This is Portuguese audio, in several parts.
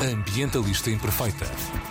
Ambientalista Imperfeita.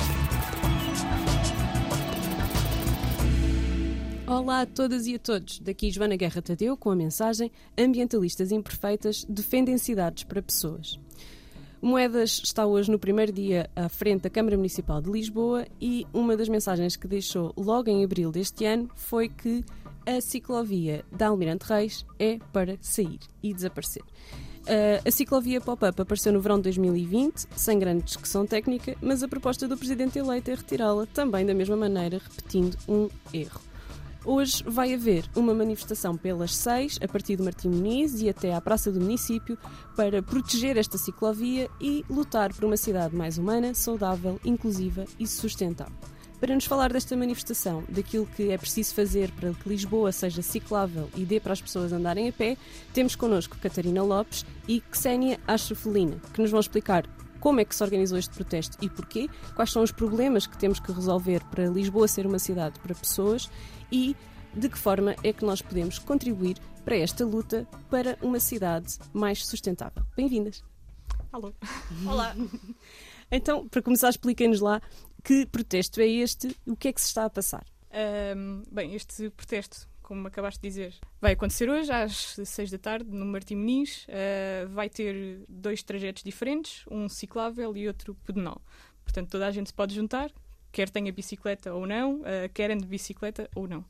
Olá a todas e a todos, daqui Joana Guerra Tadeu com a mensagem Ambientalistas Imperfeitas defendem cidades para pessoas. O Moedas está hoje no primeiro dia à frente da Câmara Municipal de Lisboa e uma das mensagens que deixou logo em abril deste ano foi que a ciclovia da Almirante Reis é para sair e desaparecer. A ciclovia pop-up apareceu no verão de 2020, sem grande discussão técnica, mas a proposta do Presidente eleito é retirá-la também da mesma maneira, repetindo um erro. Hoje vai haver uma manifestação pelas 6, a partir de Martim Moniz e até à Praça do Município, para proteger esta ciclovia e lutar por uma cidade mais humana, saudável, inclusiva e sustentável. Para nos falar desta manifestação, daquilo que é preciso fazer para que Lisboa seja ciclável e dê para as pessoas andarem a pé, temos connosco Catarina Lopes e Ksenia Achafelina, que nos vão explicar como é que se organizou este protesto e porquê, quais são os problemas que temos que resolver para Lisboa ser uma cidade para pessoas e de que forma é que nós podemos contribuir para esta luta para uma cidade mais sustentável. Bem-vindas. Alô. Olá. Então, para começar, expliquem-nos lá que protesto é este, o que é que se está a passar? Bem, este protesto, como acabaste de dizer, vai acontecer hoje às 6 da tarde no Martim Moniz. Vai ter 2 trajetos diferentes, um ciclável e outro pedonal. Portanto, toda a gente se pode juntar, quer tenha bicicleta ou não, quer ande de bicicleta ou não.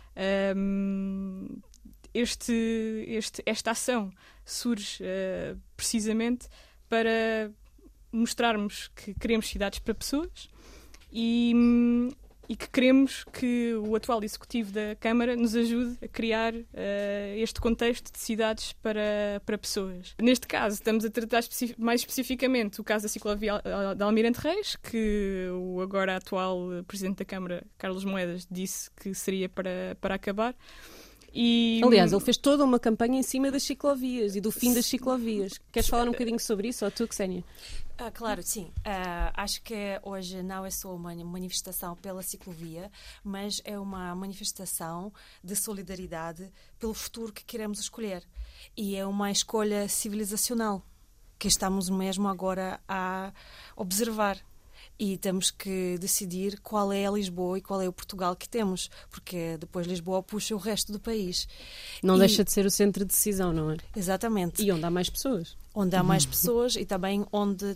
Esta ação surge precisamente para mostrarmos que queremos cidades para pessoas e que queremos que o atual Executivo da Câmara nos ajude a criar este contexto de cidades para pessoas. Neste caso, estamos a tratar mais especificamente o caso da ciclovia da Almirante Reis, que o agora atual Presidente da Câmara, Carlos Moedas, disse que seria para acabar. Aliás, ele fez toda uma campanha em cima das ciclovias e do fim das ciclovias. Queres falar um bocadinho sobre isso, ou tu, Ksenia? Claro, sim. Acho que hoje não é só uma manifestação pela ciclovia, mas é uma manifestação de solidariedade pelo futuro que queremos escolher. E é uma escolha civilizacional que estamos mesmo agora a observar. E temos que decidir qual é a Lisboa e qual é o Portugal que temos, porque depois Lisboa puxa o resto do país. Não deixa de ser o centro de decisão, não é? Exatamente. E onde há mais pessoas. Onde há mais pessoas e também onde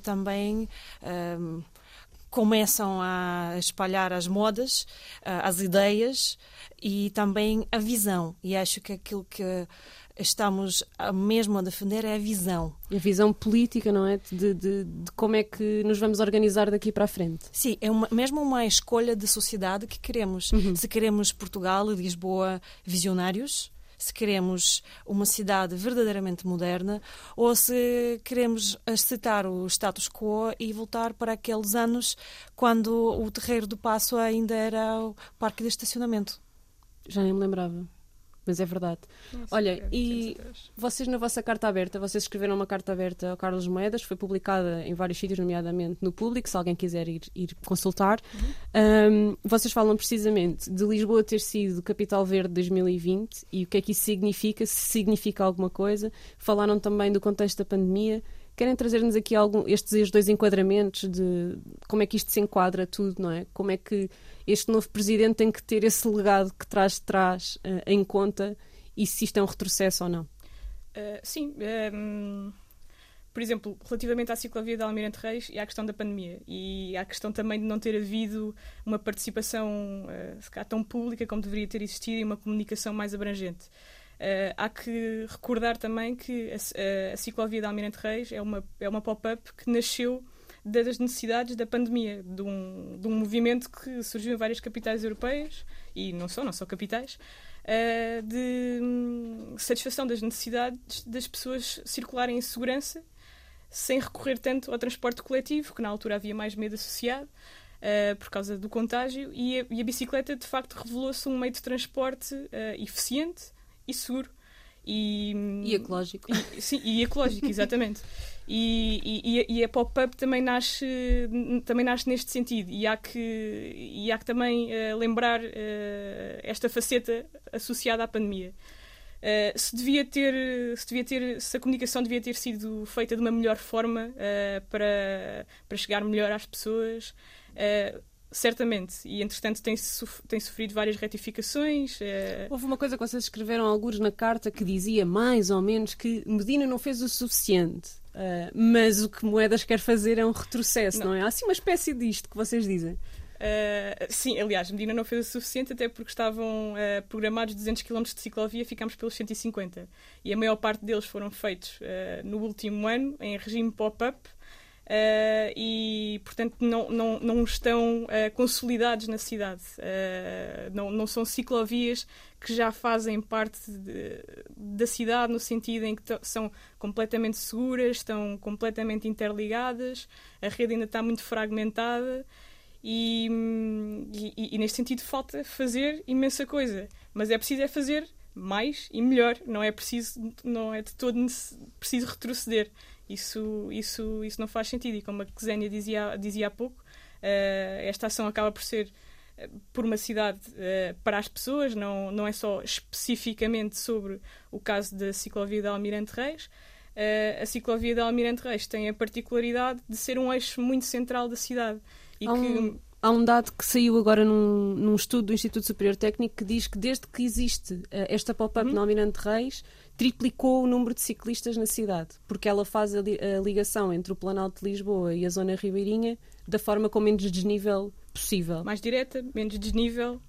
começam a espalhar as modas, as ideias e também a visão. E acho que aquilo que estamos mesmo a defender é a visão. A visão política, não é? De como é que nos vamos organizar daqui para a frente. Sim, é mesmo uma escolha de sociedade que queremos. Se queremos Portugal e Lisboa visionários, se queremos uma cidade verdadeiramente moderna ou se queremos aceitar o status quo e voltar para aqueles anos quando o Terreiro do Paço ainda era o parque de estacionamento. Já nem me lembrava. Mas é verdade. Nossa, olha, e vocês na vossa carta aberta, vocês escreveram uma carta aberta ao Carlos Moedas, foi publicada em vários sítios, nomeadamente no Público, se alguém quiser ir consultar. Vocês falam precisamente de Lisboa ter sido Capital Verde 2020 e o que é que isso significa, se significa alguma coisa. Falaram também do contexto da pandemia. Querem trazer-nos aqui estes 2 enquadramentos de como é que isto se enquadra tudo, não é? Como é que este novo presidente tem que ter esse legado que traz em conta e se isto é um retrocesso ou não? Sim. Por exemplo, relativamente à ciclovia da Almirante Reis e à questão da pandemia e à questão também de não ter havido uma participação se calhar tão pública como deveria ter existido e uma comunicação mais abrangente. Há que recordar também que a ciclovia da Almirante Reis é uma pop-up que nasceu das necessidades da pandemia, de um movimento que surgiu em várias capitais europeias, e não só capitais, de satisfação das necessidades das pessoas circularem em segurança, sem recorrer tanto ao transporte coletivo, que na altura havia mais medo associado, por causa do contágio, e a bicicleta de facto revelou-se um meio de transporte eficiente e seguro. E ecológico. E ecológico, exatamente. E a pop-up também nasce neste sentido. E há que também lembrar esta faceta associada à pandemia. se a comunicação devia ter sido feita de uma melhor forma para chegar melhor às pessoas. Certamente, e entretanto tem sofrido várias retificações. Houve uma coisa que vocês escreveram alguns na carta que dizia mais ou menos que Medina não fez o suficiente, mas o que Moedas quer fazer é um retrocesso, não é? Há assim uma espécie disto que vocês dizem. Sim, aliás, Medina não fez o suficiente, até porque estavam programados 200 km de ciclovia, ficámos pelos 150. E a maior parte deles foram feitos no último ano, em regime pop-up, e, portanto, não estão consolidados na cidade. Não são ciclovias que já fazem parte da cidade, no sentido em que são completamente seguras, estão completamente interligadas, a rede ainda está muito fragmentada. E neste sentido falta fazer imensa coisa, mas é preciso fazer mais e melhor, não é de todo preciso retroceder. Isso não faz sentido, e como a Xénia dizia há pouco, esta ação acaba por ser por uma cidade para as pessoas, não é só especificamente sobre o caso da ciclovia da Almirante Reis. A ciclovia da Almirante Reis tem a particularidade de ser um eixo muito central da cidade. Há um dado que saiu agora num estudo do Instituto Superior Técnico que diz que desde que existe esta pop-up na Almirante Reis, triplicou o número de ciclistas na cidade, porque ela faz a ligação entre o Planalto de Lisboa e a zona ribeirinha da forma com menos desnível possível. Mais direta, menos desnível,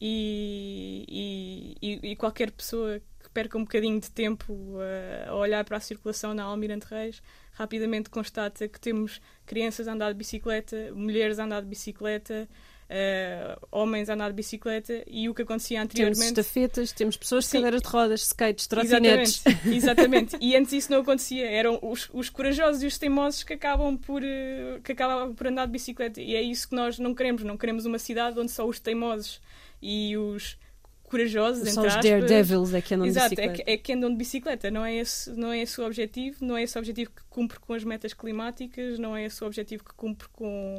e qualquer pessoa que perca um bocadinho de tempo a olhar para a circulação na Almirante Reis rapidamente constata que temos crianças a andar de bicicleta, mulheres a andar de bicicleta, homens a andar de bicicleta, e o que acontecia anteriormente... Temos estafetas, temos pessoas de cadeiras de rodas, skates, trotinetes. Exatamente. E antes isso não acontecia. Eram os corajosos e os teimosos que acabavam por andar de bicicleta. E é isso que nós não queremos. Não queremos uma cidade onde só os teimosos e os corajosos, só os daredevils é que andam de bicicleta. Exato, é que andam de bicicleta. Não é esse o objetivo. Não é esse o objetivo que cumpre com as metas climáticas. Não é esse o objetivo que cumpre com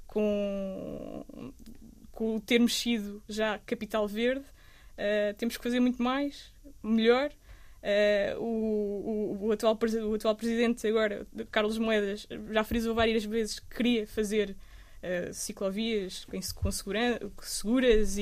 o ter mexido já capital verde. Temos que fazer muito mais, melhor. O atual presidente agora, Carlos Moedas, já frisou várias vezes que queria fazer ciclovias seguras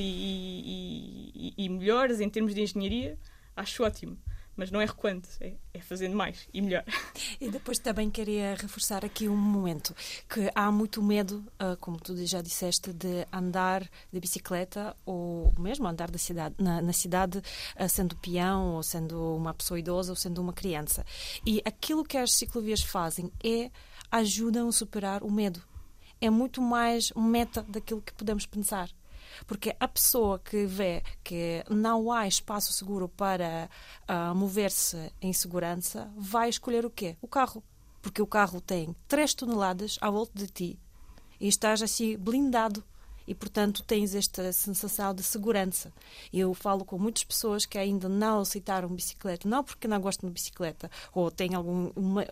e melhores em termos de engenharia. Acho ótimo. Mas não é recuante, é fazendo mais e melhor. E depois também queria reforçar aqui um momento, que há muito medo, como tu já disseste, de andar de bicicleta ou mesmo andar na cidade sendo peão ou sendo uma pessoa idosa ou sendo uma criança. E aquilo que as ciclovias fazem ajudam a superar o medo. É muito mais meta daquilo que podemos pensar. Porque a pessoa que vê que não há espaço seguro para mover-se em segurança vai escolher o quê? O carro. Porque o carro tem 3 toneladas à volta de ti e estás assim blindado e, portanto, tens esta sensação de segurança. Eu falo com muitas pessoas que ainda não aceitaram bicicleta, não porque não gostam de bicicleta ou têm algum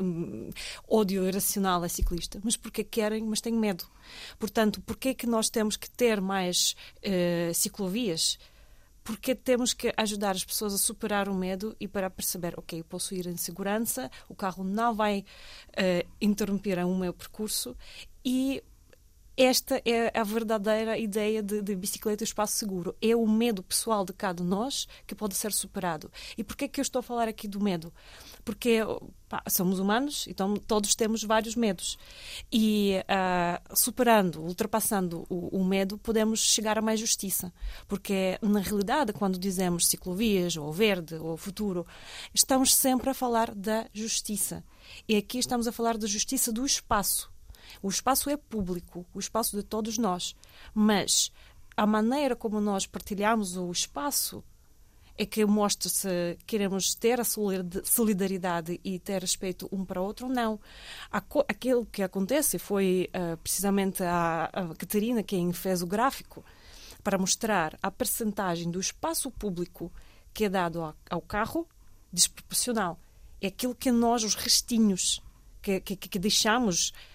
ódio irracional a ciclista, mas porque querem, mas têm medo. Portanto, porquê é que nós temos que ter mais ciclovias? Porque temos que ajudar as pessoas a superar o medo e para perceber, ok, eu posso ir em segurança, o carro não vai interromper o meu percurso, e esta é a verdadeira ideia de bicicleta e espaço seguro. É o medo pessoal de cada nós que pode ser superado. E porquê é que eu estou a falar aqui do medo? Porque somos humanos, então todos temos vários medos. E superando, ultrapassando o medo, podemos chegar a mais justiça. Porque, na realidade, quando dizemos ciclovias, ou verde, ou futuro, estamos sempre a falar da justiça. E aqui estamos a falar da justiça do espaço. O espaço é público, o espaço de todos nós, mas a maneira como nós partilhamos o espaço é que mostra se queremos ter a solidariedade e ter respeito um para o outro ou não. Aquilo que acontece foi precisamente a Catarina quem fez o gráfico para mostrar a percentagem do espaço público que é dado ao carro desproporcional. É aquilo que nós, os restinhos, que deixamos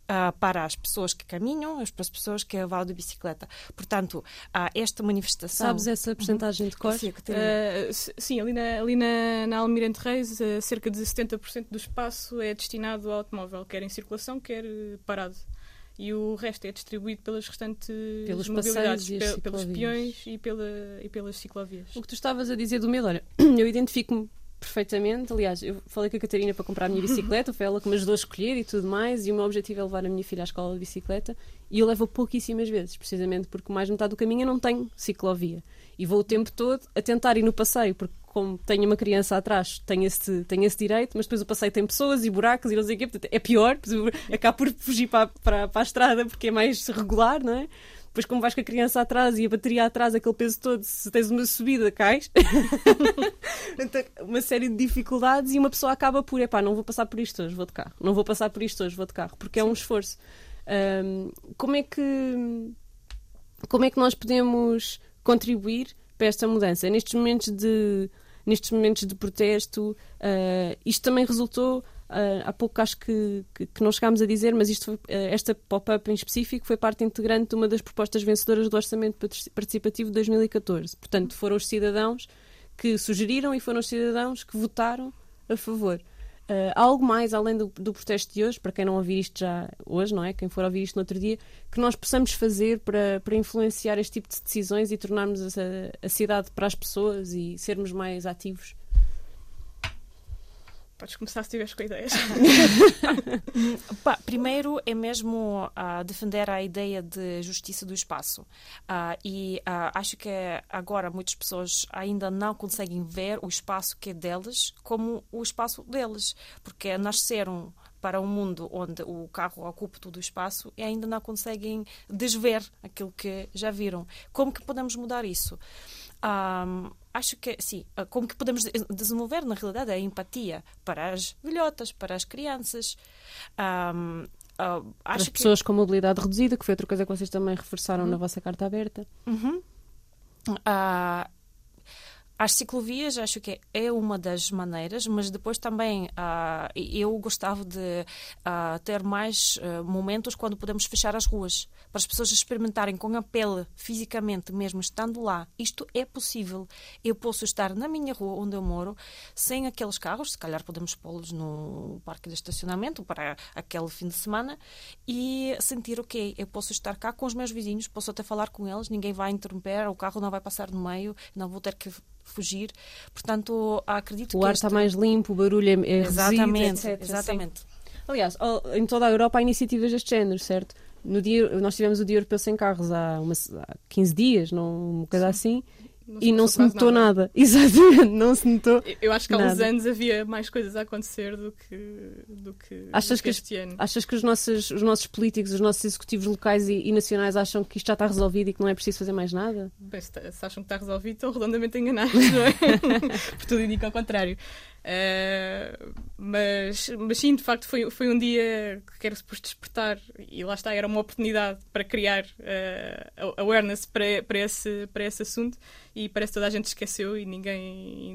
para as pessoas que caminham, para as pessoas que vão de bicicleta. Portanto, esta manifestação... Sabes essa porcentagem de cor? Sim, ali na Almirante Reis, cerca de 70% do espaço é destinado ao automóvel, quer em circulação, quer parado. E o resto é distribuído pelas restantes mobilidades, pelos peões e pelas ciclovias. O que tu estavas a dizer do medo, olha, eu identifico-me perfeitamente. Aliás, eu falei com a Catarina para comprar a minha bicicleta, foi ela que me ajudou a escolher e tudo mais, e o meu objetivo é levar a minha filha à escola de bicicleta, e eu levo pouquíssimas vezes, precisamente porque mais metade do caminho eu não tenho ciclovia. E vou o tempo todo a tentar ir no passeio, porque como tenho uma criança atrás, tenho esse direito, mas depois o passeio tem pessoas e buracos e não sei o quê, portanto, é pior, acabo por fugir para a estrada porque é mais regular, não é? Depois, como vais com a criança atrás e a bateria atrás, aquele peso todo, se tens uma subida, cais. Então, uma série de dificuldades, e uma pessoa acaba por, não vou passar por isto hoje, vou de carro. Não vou passar por isto hoje, vou de carro. Porque é um esforço. Como é que nós podemos contribuir para esta mudança? Nestes momentos de protesto, isto também resultou... há pouco acho que não chegámos a dizer, mas esta pop-up em específico foi parte integrante de uma das propostas vencedoras do Orçamento Participativo de 2014. Portanto, foram os cidadãos que sugeriram e foram os cidadãos que votaram a favor. Há algo mais, além do protesto de hoje, para quem não ouvir isto já hoje, não é? Quem for ouvir isto no outro dia, que nós possamos fazer para influenciar este tipo de decisões e tornarmos a cidade para as pessoas e sermos mais ativos? Podes começar se tiveres com ideias. Primeiro é mesmo defender a ideia de justiça do espaço. Acho que agora muitas pessoas ainda não conseguem ver o espaço que é deles como o espaço deles, porque nasceram para um mundo onde o carro ocupa todo o espaço e ainda não conseguem desver aquilo que já viram. Como que podemos mudar isso? Acho que, sim, como que podemos desenvolver, na realidade, a empatia para as velhotas, para as crianças. Para as pessoas com mobilidade reduzida, que foi outra coisa que vocês também reforçaram na vossa carta aberta. As ciclovias acho que é uma das maneiras, mas depois também eu gostava de ter mais momentos quando podemos fechar as ruas, para as pessoas experimentarem com a pele, fisicamente mesmo, estando lá. Isto é possível. Eu posso estar na minha rua, onde eu moro, sem aqueles carros, se calhar podemos pô-los no parque de estacionamento para aquele fim de semana, e sentir, ok, eu posso estar cá com os meus vizinhos, posso até falar com eles, ninguém vai interromper, o carro não vai passar no meio, não vou ter que fugir. Portanto, acredito que o ar está mais limpo, o barulho é exatamente, reduzido, etc. Exatamente. Sim. Aliás, em toda a Europa há iniciativas deste género, certo? Nós tivemos o Dia Europeu Sem Carros há 15 dias, uma coisa assim, e não se notou nada. Exatamente, não se notou. Eu acho que há uns anos havia mais coisas a acontecer do que este ano. Achas que os nossos políticos, os nossos executivos locais e nacionais acham que isto já está resolvido e que não é preciso fazer mais nada? Bem, se acham que está resolvido, estão redondamente enganados, não é? Por tudo indica ao contrário. Mas sim, de facto foi um dia que era suposto despertar, e lá está, era uma oportunidade para criar awareness para esse assunto, e parece que toda a gente esqueceu e ninguém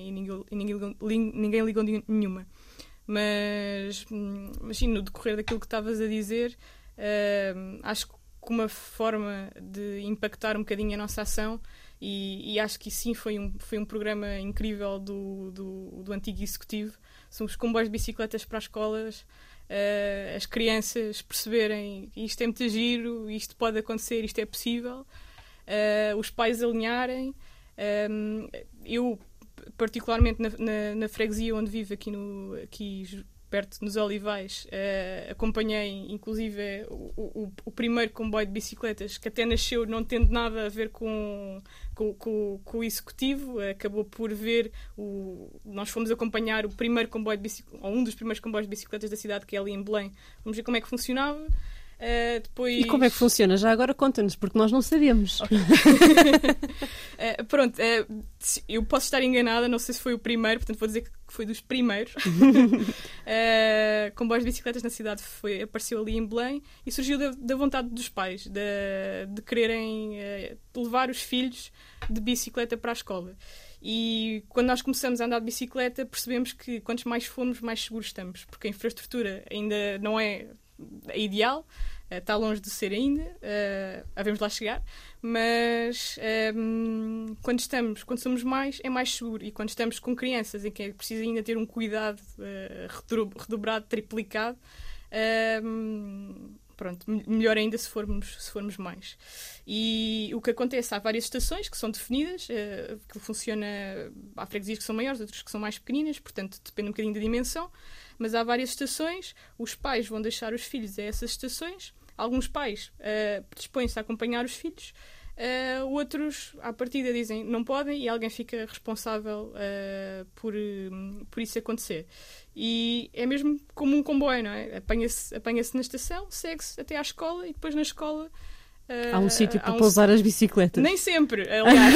ligou nenhuma. Mas sim, no decorrer daquilo que estavas a dizer, acho que uma forma de impactar um bocadinho a nossa ação, e acho que sim, foi um programa incrível do antigo executivo, são os comboios de bicicletas para as escolas, as crianças perceberem isto é muito giro, isto pode acontecer, isto é possível, os pais alinharem. Eu, particularmente na freguesia onde vivo, aqui perto nos Olivais, acompanhei inclusive o primeiro comboio de bicicletas, que até nasceu não tendo nada a ver com o executivo, acabou por ver nós fomos acompanhar o primeiro comboio de bicicletas, ou um dos primeiros comboios de bicicletas da cidade, que é ali em Belém. Vamos ver como é que funcionava. Depois... E como é que funciona? Já agora conta-nos, porque nós não sabemos. Okay. Pronto, eu posso estar enganada, não sei se foi o primeiro, portanto vou dizer que foi dos primeiros. Comboios de bicicletas na cidade apareceu ali em Belém, e surgiu da vontade dos pais de quererem levar os filhos de bicicleta para a escola. E quando nós começamos a andar de bicicleta, percebemos que quantos mais fomos, mais seguros estamos, porque a infraestrutura ainda não é é ideal, está longe de ser ainda, havemos lá chegar, mas quando somos mais, é mais seguro. E quando estamos com crianças em que é preciso ainda ter um cuidado redobrado, triplicado, pronto, melhor ainda se formos mais. E o que acontece, há várias estações que são definidas, que funciona, há freguesias que são maiores, outras que são mais pequeninas, portanto depende um bocadinho da dimensão, mas há várias estações, os pais vão deixar os filhos a essas estações, alguns pais dispõem-se a acompanhar os filhos, outros, à partida, dizem não podem e alguém fica responsável por isso acontecer. E é mesmo como um comboio, não é? Apanha-se na estação, segue-se até à escola e depois na escola... há um sítio para pousar as bicicletas. Nem sempre, aliás.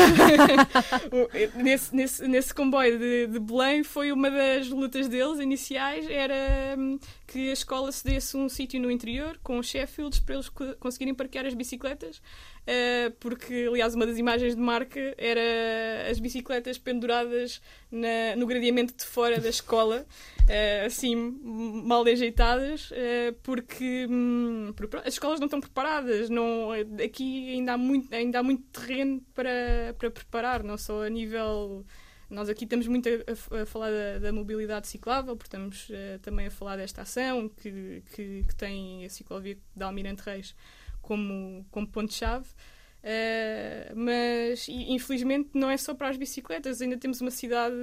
nesse comboio de Belém foi uma das lutas deles iniciais, era que a escola cedesse um sítio no interior com os Sheffields para eles conseguirem parquear as bicicletas, porque, aliás, uma das imagens de marca era as bicicletas penduradas no gradeamento de fora da escola, assim, mal ajeitadas, porque as escolas não estão preparadas, aqui ainda há muito terreno para preparar, não só a nível... Nós aqui estamos muito a falar da mobilidade ciclável, porque estamos também a falar desta ação que tem a ciclovia de Almirante Reis como ponto-chave. Mas infelizmente não é só para as bicicletas, ainda temos uma cidade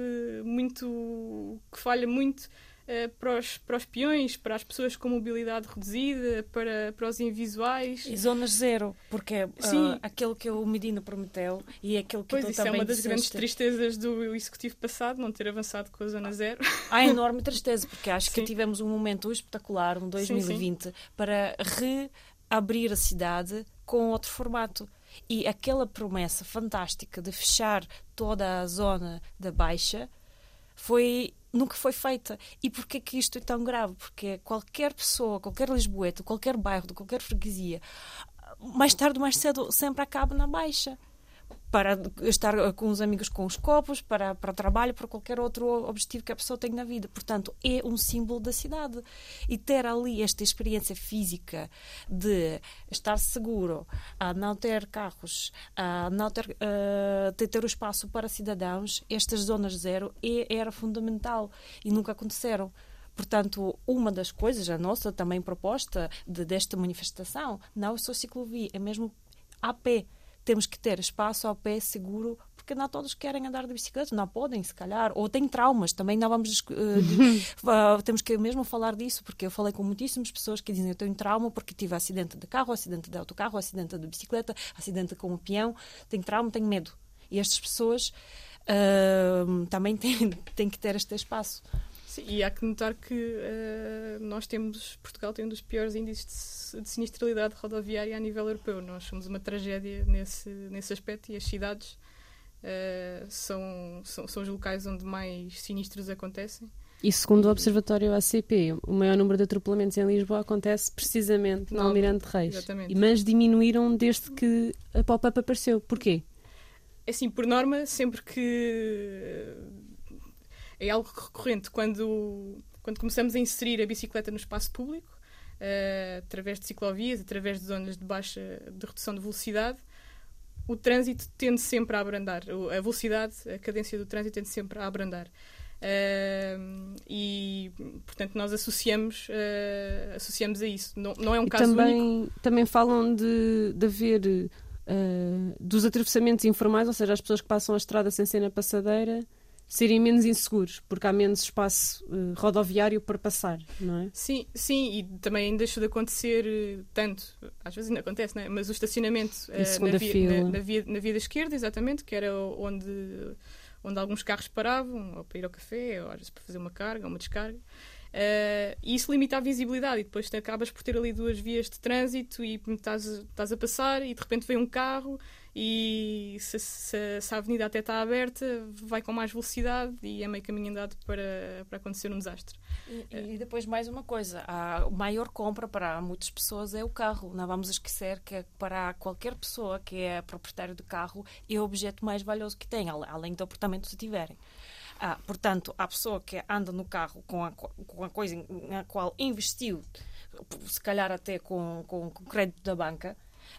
que falha muito para os peões, para as pessoas com mobilidade reduzida, para os invisuais. E zonas zero, porque aquilo que o Medina prometeu e aquilo que tu isso também é uma das disseste. grandes tristezas do Executivo passado, não ter avançado com a zona zero. Há enorme tristeza, porque acho que tivemos um momento espetacular, 2020, para reabrir a cidade com outro formato. E aquela promessa fantástica de fechar toda a zona da Baixa nunca foi feita. E porquê que isto é tão grave? Porque qualquer pessoa, qualquer lisboeta, qualquer bairro, de qualquer freguesia, mais tarde ou mais cedo, sempre acaba na Baixa. Para estar com os amigos com os copos, para o trabalho, para qualquer outro objetivo que a pessoa tem na vida. Portanto, é um símbolo da cidade. E ter ali esta experiência física de estar seguro, a não ter carros, a não ter o espaço para cidadãos, estas zonas zero era fundamental e nunca aconteceram. Portanto, uma das coisas, a nossa também proposta desta manifestação, não é só ciclovia, é mesmo a pé. Temos que ter espaço ao pé seguro, porque não todos querem andar de bicicleta, não podem, se calhar, ou têm traumas, também não vamos... temos que mesmo falar disso, porque eu falei com muitíssimas pessoas que dizem eu tenho trauma porque tive acidente de carro, acidente de autocarro, acidente de bicicleta, acidente com um peão, tenho trauma, tenho medo. E estas pessoas também têm que ter este espaço. Sim, e há que notar que Portugal tem um dos piores índices de sinistralidade rodoviária a nível europeu. Nós somos uma tragédia nesse aspecto e as cidades são os locais onde mais sinistros acontecem. E segundo o Observatório ACP, o maior número de atropelamentos em Lisboa acontece precisamente no Almirante Reis. Exatamente. Mas diminuíram desde que a pop-up apareceu. Porquê? É assim, por norma, sempre que... É algo recorrente quando começamos a inserir a bicicleta no espaço público, através de ciclovias, através de zonas de redução de velocidade, o trânsito tende sempre a abrandar. A velocidade, a cadência do trânsito tende sempre a abrandar. E, portanto, nós associamos a isso. Não é um caso único. Também falam de haver dos atravessamentos informais, ou seja, as pessoas que passam a estrada sem ser na passadeira, serem menos inseguros, porque há menos espaço rodoviário para passar, não é? Sim, e também deixou de acontecer tanto, às vezes ainda acontece, não é? Mas o estacionamento na via da esquerda, exatamente, que era onde alguns carros paravam, ou para ir ao café, ou às vezes para fazer uma carga ou uma descarga. E isso limita a visibilidade e depois acabas por ter ali duas vias de trânsito e estás a passar e de repente vem um carro e se a avenida até está aberta vai com mais velocidade e é meio caminho andado para acontecer um desastre. E depois mais uma coisa, a maior compra para muitas pessoas é o carro. Não vamos esquecer que para qualquer pessoa que é proprietário de carro é o objeto mais valioso que tem, além do apartamento se tiverem. Portanto, a pessoa que anda no carro com a coisa na qual investiu se calhar até com crédito da banca,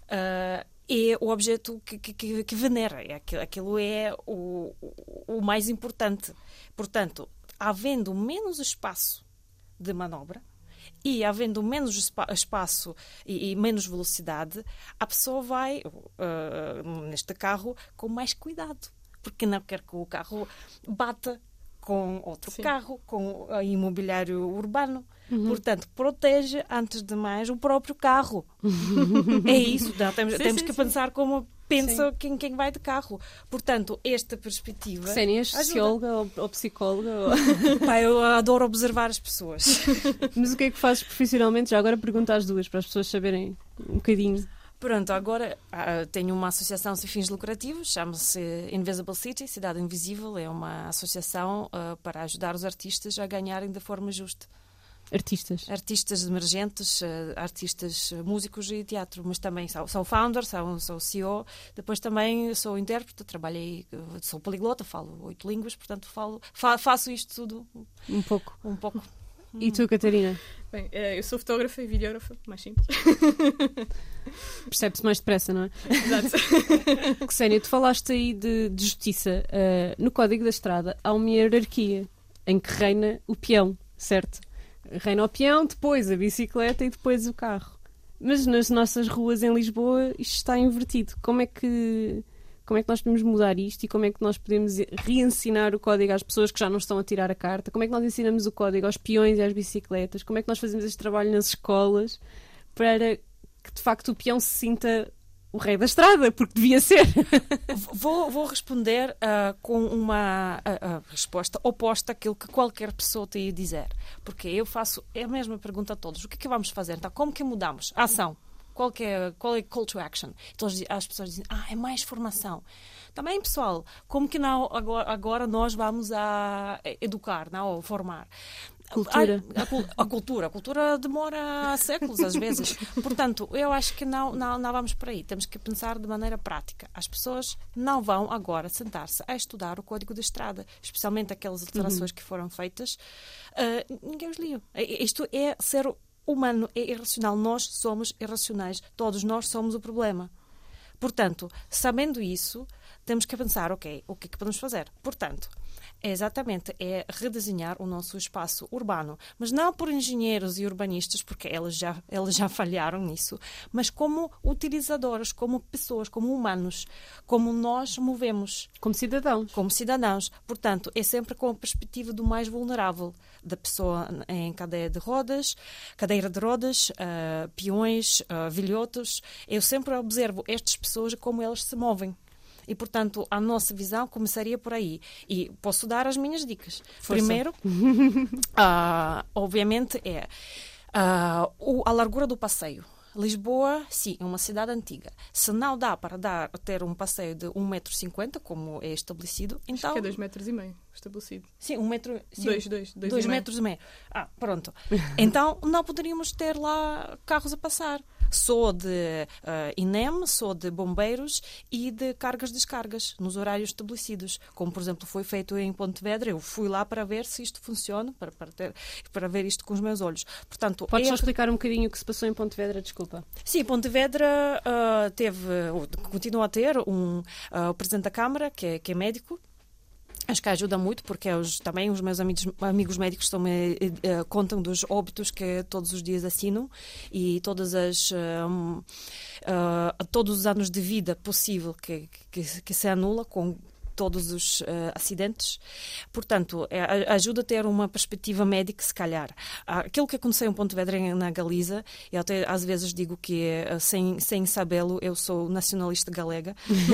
é o objeto que venera. Aquilo é o mais importante. Portanto, havendo menos espaço de manobra e havendo menos espaço e menos velocidade, a pessoa vai, neste carro, com mais cuidado, porque não quer que o carro bata com outro carro, com o imobiliário urbano. Portanto, protege, antes de mais, o próprio carro. É isso. Não, temos que pensar como pensa quem vai de carro. Portanto, esta perspectiva... Sério, és socióloga ou psicóloga? Pá, eu adoro observar as pessoas. Mas o que é que fazes profissionalmente? Já agora pergunto às duas, para as pessoas saberem um bocadinho. Pronto, agora tenho uma associação sem fins lucrativos, chama-se Invisible City, Cidade Invisível. É uma associação para ajudar os artistas a ganharem de forma justa. Artistas emergentes, artistas músicos e teatro, mas também sou founder, sou CEO, depois também sou intérprete, sou poliglota, falo 8 línguas, portanto faço isto tudo um pouco. E tu, Catarina? Bem, eu sou fotógrafa e videógrafa, mais simples. Percebe-se mais depressa, não é? Exato. Xénia, tu falaste aí de justiça. No Código da Estrada há uma hierarquia em que reina o peão, certo? Reina o peão, depois a bicicleta e depois o carro. Mas nas nossas ruas em Lisboa isto está invertido. Como é que nós podemos mudar isto e como é que nós podemos reensinar o código às pessoas que já não estão a tirar a carta? Como é que nós ensinamos o código aos peões e às bicicletas? Como é que nós fazemos este trabalho nas escolas para que de facto o peão se sinta o rei da estrada, porque devia ser? Vou responder com uma resposta oposta àquilo que qualquer pessoa tem a dizer. Porque eu faço a mesma pergunta a todos. O que é que vamos fazer? Então, como que mudamos? A ação. Qual é call to action? Então, as pessoas dizem, é mais formação. Também, pessoal, como que não agora nós vamos a educar, não, ou formar? Cultura. A cultura demora séculos, às vezes. Portanto, eu acho que não vamos por aí. Temos que pensar de maneira prática. As pessoas não vão agora sentar-se a estudar o Código da Estrada, especialmente aquelas alterações que foram feitas. Ninguém os lia. Isto é ser humano, é irracional. Nós somos irracionais. Todos nós somos o problema. Portanto, sabendo isso, temos que pensar, o que é que podemos fazer? Portanto, é redesenhar o nosso espaço urbano, mas não por engenheiros e urbanistas, porque eles já falharam nisso, mas como utilizadores, como pessoas, como humanos, como nós movemos. Como cidadãos. Portanto, é sempre com a perspectiva do mais vulnerável, da pessoa em cadeira de rodas, peões, velhotos. Eu sempre observo estas pessoas como elas se movem. E, portanto, a nossa visão começaria por aí. E posso dar as minhas dicas. Força. Primeiro, obviamente, a largura do passeio. Lisboa, sim, é uma cidade antiga. Se não dá para ter um passeio de 1,50 m, como é estabelecido, então... Acho que é 2,5 m estabelecido. Sim, 1 metro... 2,5 metros e meio. Pronto. Então, não poderíamos ter lá carros a passar. Sou de INEM, sou de bombeiros e de cargas e descargas nos horários estabelecidos. Como, por exemplo, foi feito em Pontevedra. Eu fui lá para ver se isto funciona, para ver isto com os meus olhos. Portanto, podes só explicar um bocadinho o que se passou em Pontevedra, desculpa. Sim, Pontevedra continua a ter o Presidente da Câmara, que é médico. Acho que ajuda muito, porque também os meus amigos médicos contam dos óbitos que todos os dias assinam e todos os anos de vida possível que se anula com todos os acidentes. Portanto, ajuda a ter uma perspectiva médica, se calhar. Aquilo que aconteceu em Pontevedra, na Galiza, eu até às vezes digo que, sem sabê-lo, eu sou nacionalista galega.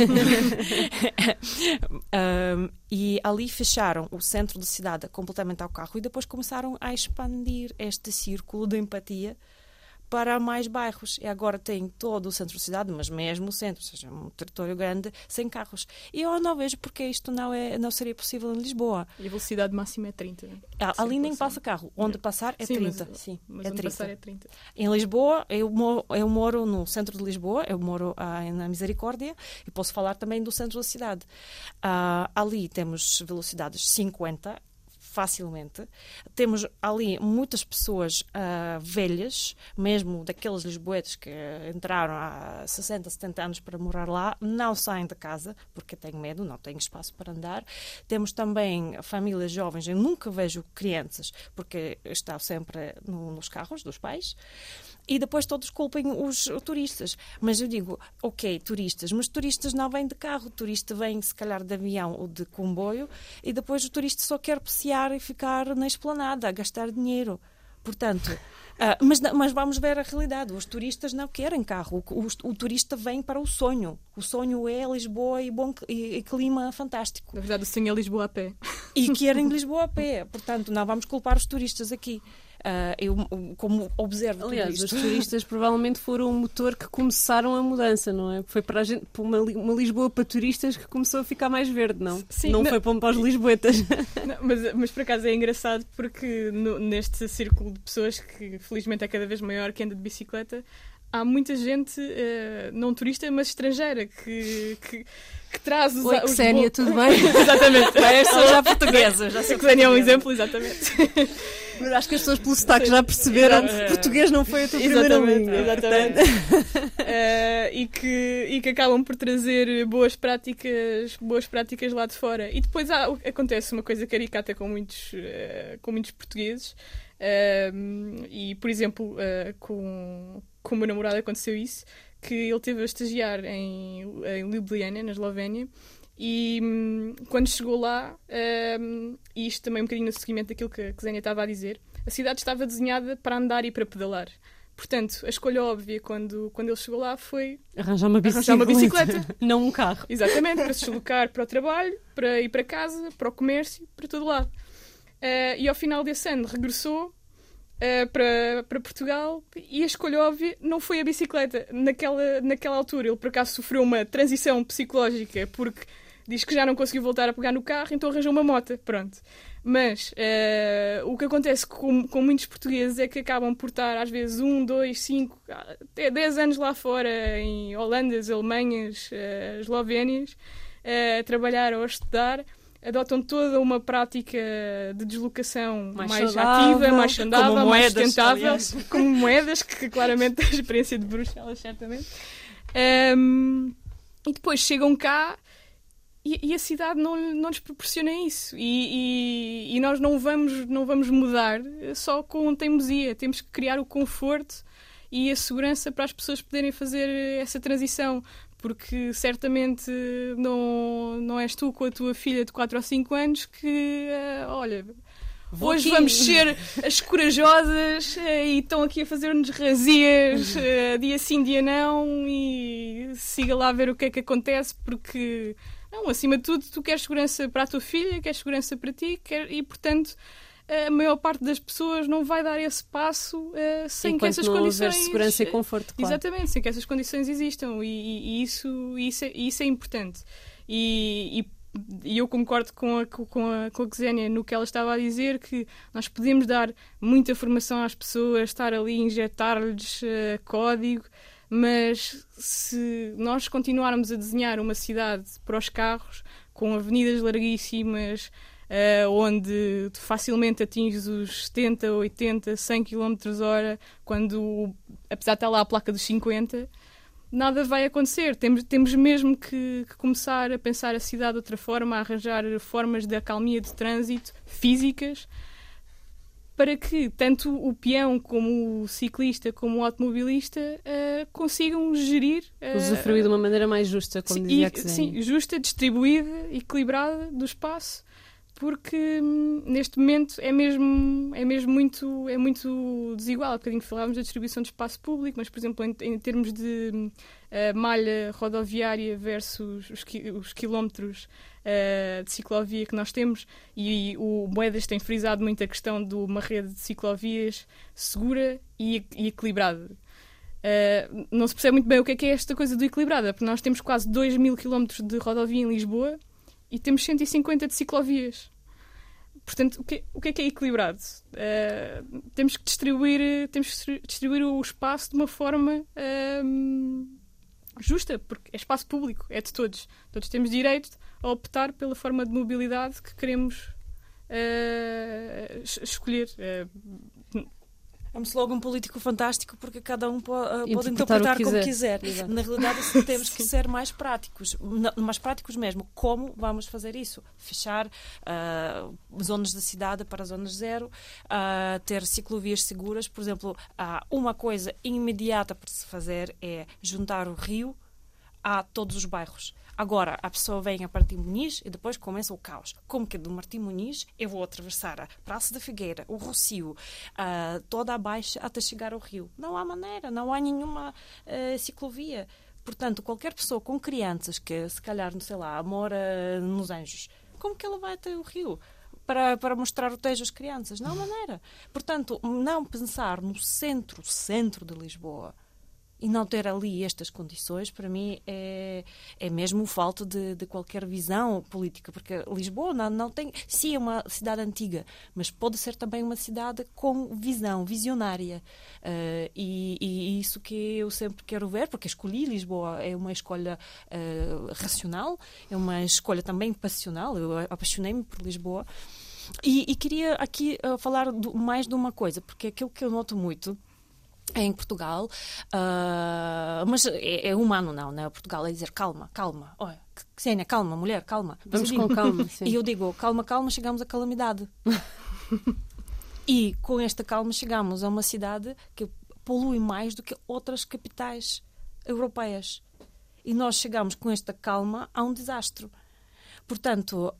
E ali fecharam o centro da cidade completamente ao carro e depois começaram a expandir este círculo de empatia para mais bairros. E agora tem todo o centro da cidade, mas mesmo o centro, ou seja, um território grande, sem carros. E eu não vejo porque isto não seria possível em Lisboa. E a velocidade máxima é 30. Ali nem passa carro. Onde passar é 30. Mas onde passar é 30. Em Lisboa, eu moro no centro de Lisboa, eu moro na Misericórdia, e posso falar também do centro da cidade. Ali temos velocidades 50, facilmente. Temos ali muitas pessoas velhas, mesmo daqueles lisboetas que entraram há 60, 70 anos para morar lá, não saem de casa porque têm medo, não têm espaço para andar. Temos também famílias jovens, eu nunca vejo crianças porque estão sempre nos carros dos pais. E depois todos culpem os turistas. Mas eu digo, ok, turistas, mas turistas não vêm de carro, o turista vem se calhar de avião ou de comboio e depois o turista só quer passear e ficar na esplanada, a gastar dinheiro. Portanto, mas vamos ver a realidade. Os turistas não querem carro. O turista vem para o sonho. O sonho é Lisboa e clima fantástico. Na verdade, o sonho é Lisboa a pé. E querem Lisboa a pé. Portanto, não vamos culpar os turistas aqui. Eu, como observo tudo Aliás, isto. os turistas provavelmente foram o motor que começaram a mudança, não é? Foi para a gente, para uma Lisboa para turistas que começou a ficar mais verde, não? Sim, não foi para os lisboetas. Não, mas por acaso é engraçado porque neste círculo de pessoas que felizmente é cada vez maior que anda de bicicleta, há muita gente não turista, mas estrangeira que traz os... Oi, Xénia, tudo bem? Exatamente. São já portuguesas. Já A Xénia é um exemplo, exatamente. Mas acho que as pessoas pelo sotaque já perceberam que português não foi a tua primeira língua. Exatamente. E que acabam por trazer boas práticas lá de fora. E depois acontece uma coisa caricata com muitos portugueses. E, por exemplo, com o meu namorado aconteceu isso, que ele esteve a estagiar em Ljubljana, na Eslovénia, e quando chegou lá, e isto também um bocadinho no seguimento daquilo que a Xénia estava a dizer, a cidade estava desenhada para andar e para pedalar. Portanto, a escolha óbvia quando ele chegou lá foi arranjar uma bicicleta. Não um carro. Exatamente, para se deslocar para o trabalho, para ir para casa, para o comércio, para todo lado. E ao final desse ano regressou para Portugal e a escolha óbvia não foi a bicicleta. Naquela altura ele por acaso sofreu uma transição psicológica porque diz que já não conseguiu voltar a pegar no carro, então arranjou uma moto, pronto. Mas o que acontece com muitos portugueses é que acabam por estar às vezes 1, 2, 5, até 10 anos lá fora, em Holandas, Alemanhas, Eslovénias, a trabalhar ou a estudar, adotam toda uma prática de deslocação mais ativa, mais saudável, mais sustentável, como moedas, que claramente é a experiência de Bruxelas, certamente. E depois chegam cá e a cidade não nos proporciona isso. E nós não vamos mudar só com teimosia. Temos que criar o conforto e a segurança para as pessoas poderem fazer essa transição. Porque certamente não és tu com a tua filha de 4 ou 5 anos que, olha, hoje vamos ser as corajosas e estão aqui a fazer-nos razias dia sim, dia não, e siga lá a ver o que é que acontece, porque, não, acima de tudo, tu queres segurança para a tua filha, queres segurança para ti, e, portanto, a maior parte das pessoas não vai dar esse passo sem que essas condições... Enquanto não houver segurança e conforto, claro. Exatamente, sem que essas condições existam. E isso é importante. E eu concordo com a Xénia no que ela estava a dizer, que nós podemos dar muita formação às pessoas, estar ali a injetar-lhes código, mas se nós continuarmos a desenhar uma cidade para os carros, com avenidas larguíssimas, onde facilmente atinges os 70, 80, 100 km/h, quando, apesar de estar lá a placa dos 50, nada vai acontecer. Temos mesmo que começar a pensar a cidade de outra forma, a arranjar formas de acalmia de trânsito físicas, para que tanto o peão como o ciclista como o automobilista consigam gerir... usufruir de uma maneira mais justa, como dizia a Xénia. Sim, justa, distribuída, equilibrada do espaço, porque neste momento é mesmo muito desigual. Há bocadinho falávamos da distribuição de espaço público, mas, por exemplo, em termos de malha rodoviária versus os quilómetros de ciclovia que nós temos, e o Moedas tem frisado muito a questão de uma rede de ciclovias segura e equilibrada. Não se percebe muito bem o que é esta coisa do equilibrada, porque nós temos quase 2.000 km de rodovia em Lisboa e temos 150 de ciclovias. Portanto, o que é equilibrado? Temos que distribuir o espaço de uma forma justa, porque é espaço público, é de todos. Todos temos direito a optar pela forma de mobilidade que queremos escolher. Vamos logo um político fantástico, porque cada um pode interpretar como quiser. Na realidade, temos que ser mais práticos mesmo. Como vamos fazer isso? Fechar zonas da cidade para zonas zero, ter ciclovias seguras. Por exemplo, uma coisa imediata para se fazer é juntar o rio a todos os bairros. Agora, a pessoa vem a Martim Moniz e depois começa o caos. Como que do Martim Moniz eu vou atravessar a Praça da Figueira, o Rossio, toda a Baixa até chegar ao rio? Não há maneira, não há nenhuma ciclovia. Portanto, qualquer pessoa com crianças que, se calhar, sei lá, mora nos Anjos, como que ela vai até o rio? Para mostrar o Tejo às crianças? Não há maneira. Portanto, não pensar no centro de Lisboa e não ter ali estas condições, para mim, é mesmo falta de qualquer visão política, porque Lisboa não tem... Sim, é uma cidade antiga, mas pode ser também uma cidade com visão, visionária. E isso que eu sempre quero ver, porque escolhi Lisboa, é uma escolha racional, é uma escolha também passional, eu apaixonei-me por Lisboa. E queria aqui falar mais de uma coisa, porque aquilo que eu noto muito em Portugal, mas é humano não, né? Portugal é dizer calma, olha, Ksenia, calma, mulher, calma. Vamos com calma, sim. E eu digo, calma, chegamos à calamidade. E com esta calma chegamos a uma cidade que polui mais do que outras capitais europeias. E nós chegamos com esta calma a um desastre. Portanto,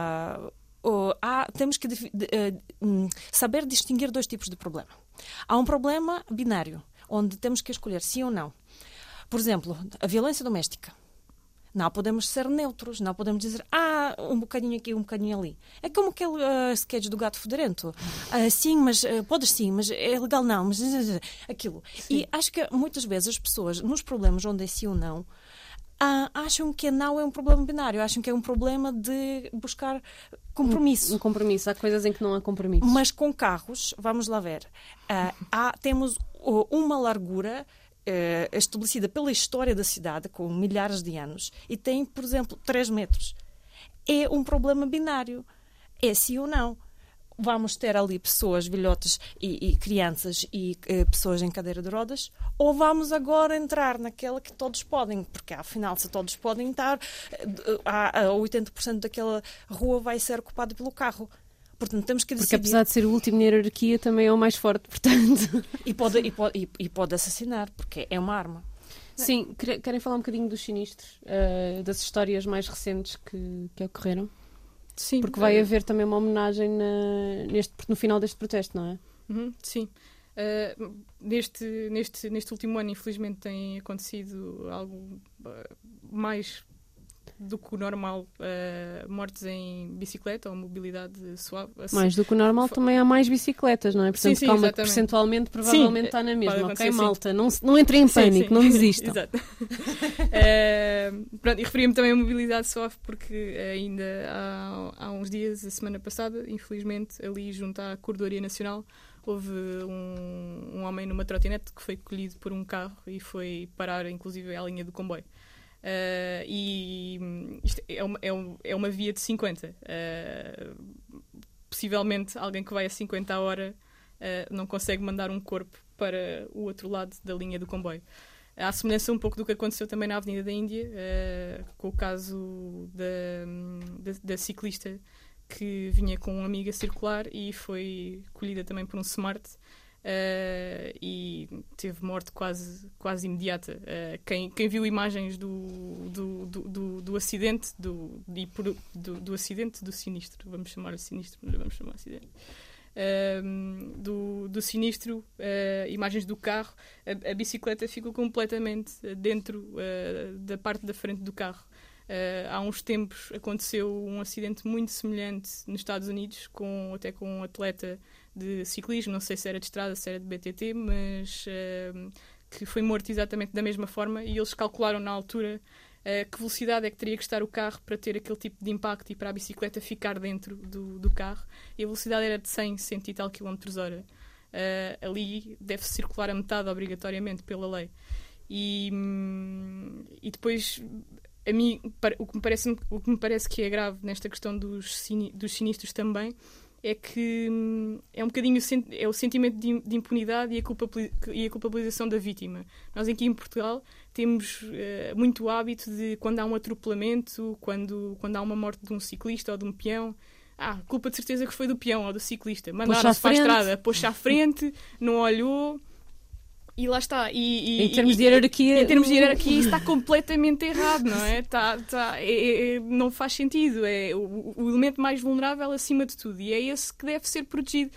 temos que saber distinguir dois tipos de problema. Há um problema binário, onde temos que escolher sim ou não. Por exemplo, a violência doméstica. Não podemos ser neutros, não podemos dizer um bocadinho aqui, um bocadinho ali. É como aquele sketch do Gato Fedorento. Sim, mas podes sim, mas é legal não, mas aquilo. Sim. E acho que muitas vezes as pessoas, nos problemas onde é sim ou não, acham que não é um problema binário, acham que é um problema de buscar compromisso. Um compromisso, há coisas em que não há compromisso. Mas com carros, vamos lá ver, temos uma largura estabelecida pela história da cidade, com milhares de anos, e tem, por exemplo, 3 metros. É um problema binário. É sim ou não. Vamos ter ali pessoas, velhotes e crianças e pessoas em cadeira de rodas, ou vamos agora entrar naquela que todos podem, porque afinal se todos podem estar, 80% daquela rua vai ser ocupada pelo carro. Portanto, temos que decidir. Porque apesar de ser o último na hierarquia, também é o mais forte, portanto. E pode assassinar, porque é uma arma. Sim, querem falar um bocadinho dos sinistros, das histórias mais recentes que ocorreram? Sim. Porque vai haver também uma homenagem no final deste protesto, não é? Sim. Neste último ano, infelizmente, tem acontecido algo mais do que o normal, mortes em bicicleta ou mobilidade suave. Mais do que o normal, também há mais bicicletas, não é? Portanto, sim, calma, que percentualmente provavelmente está na mesma. Ok, malta, não entrem em pânico, não desistam. Exato. Pronto, e referia-me também à mobilidade suave porque ainda há uns dias, a semana passada, infelizmente, ali junto à Corredoria Nacional, houve um homem numa trotinete que foi colhido por um carro e foi parar, inclusive, à linha do comboio. E isto é uma via de 50. Possivelmente alguém que vai a 50 a hora não consegue mandar um corpo para o outro lado da linha do comboio. Há semelhança um pouco do que aconteceu também na Avenida da Índia, com o caso da ciclista que vinha com uma amiga circular e foi colhida também por um Smart. E teve morte quase imediata. Quem viu imagens do acidente, do acidente, do sinistro, vamos chamar sinistro, mas vamos chamar acidente, do sinistro, imagens do carro, a bicicleta ficou completamente dentro da parte da frente do carro. Há uns tempos aconteceu um acidente muito semelhante nos Estados Unidos, até com um atleta de ciclismo, não sei se era de estrada, se era de BTT, mas que foi morto exatamente da mesma forma, e eles calcularam na altura que velocidade é que teria que estar o carro para ter aquele tipo de impacto e para a bicicleta ficar dentro do carro, e a velocidade era de 100 e tal km/h. Ali deve-se circular a metade obrigatoriamente pela lei. E depois, a mim, o que me parece que é grave nesta questão dos sinistros também é que é um bocadinho o sentimento de impunidade e a culpabilização da vítima. Nós aqui em Portugal temos muito hábito de, quando há um atropelamento, quando há uma morte de um ciclista ou de um peão, culpa de certeza que foi do peão ou do ciclista. Mandaram-se para a estrada, pôs-se à frente, não olhou... E lá está. Em termos de hierarquia... Em termos de hierarquia, isso está completamente errado, não é? Não faz sentido. É o elemento mais vulnerável acima de tudo. E é esse que deve ser protegido.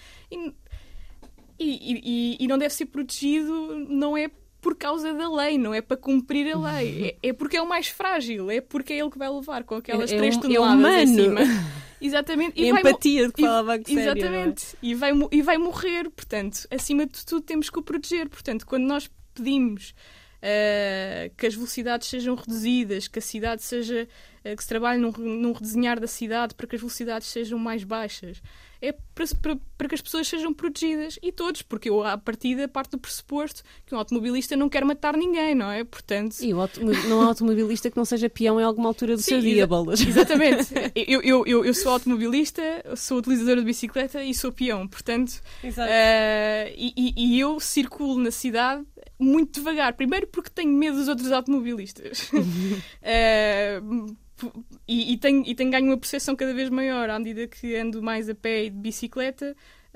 E não deve ser protegido, não é por causa da lei, não é para cumprir a lei. É porque é o mais frágil, é porque é ele que vai levar com aquelas 3 toneladas acima. Exatamente. E empatia de que falava a sério. Exatamente. E vai morrer. Portanto, acima de tudo, temos que o proteger. Portanto, quando nós pedimos que as velocidades sejam reduzidas, que a cidade seja... que se trabalhe num redesenhar da cidade para que as velocidades sejam mais baixas, é para que as pessoas sejam protegidas, e todos, porque eu, à partida, parto do pressuposto que um automobilista não quer matar ninguém, não é? Portanto... E não há automobilista que não seja peão em alguma altura do seu dia, bolas. Exatamente. Eu sou automobilista, sou utilizadora de bicicleta e sou peão, portanto... E eu circulo na cidade muito devagar. Primeiro porque tenho medo dos outros automobilistas. E tenho ganho uma percepção cada vez maior à medida que ando mais a pé e de bicicleta,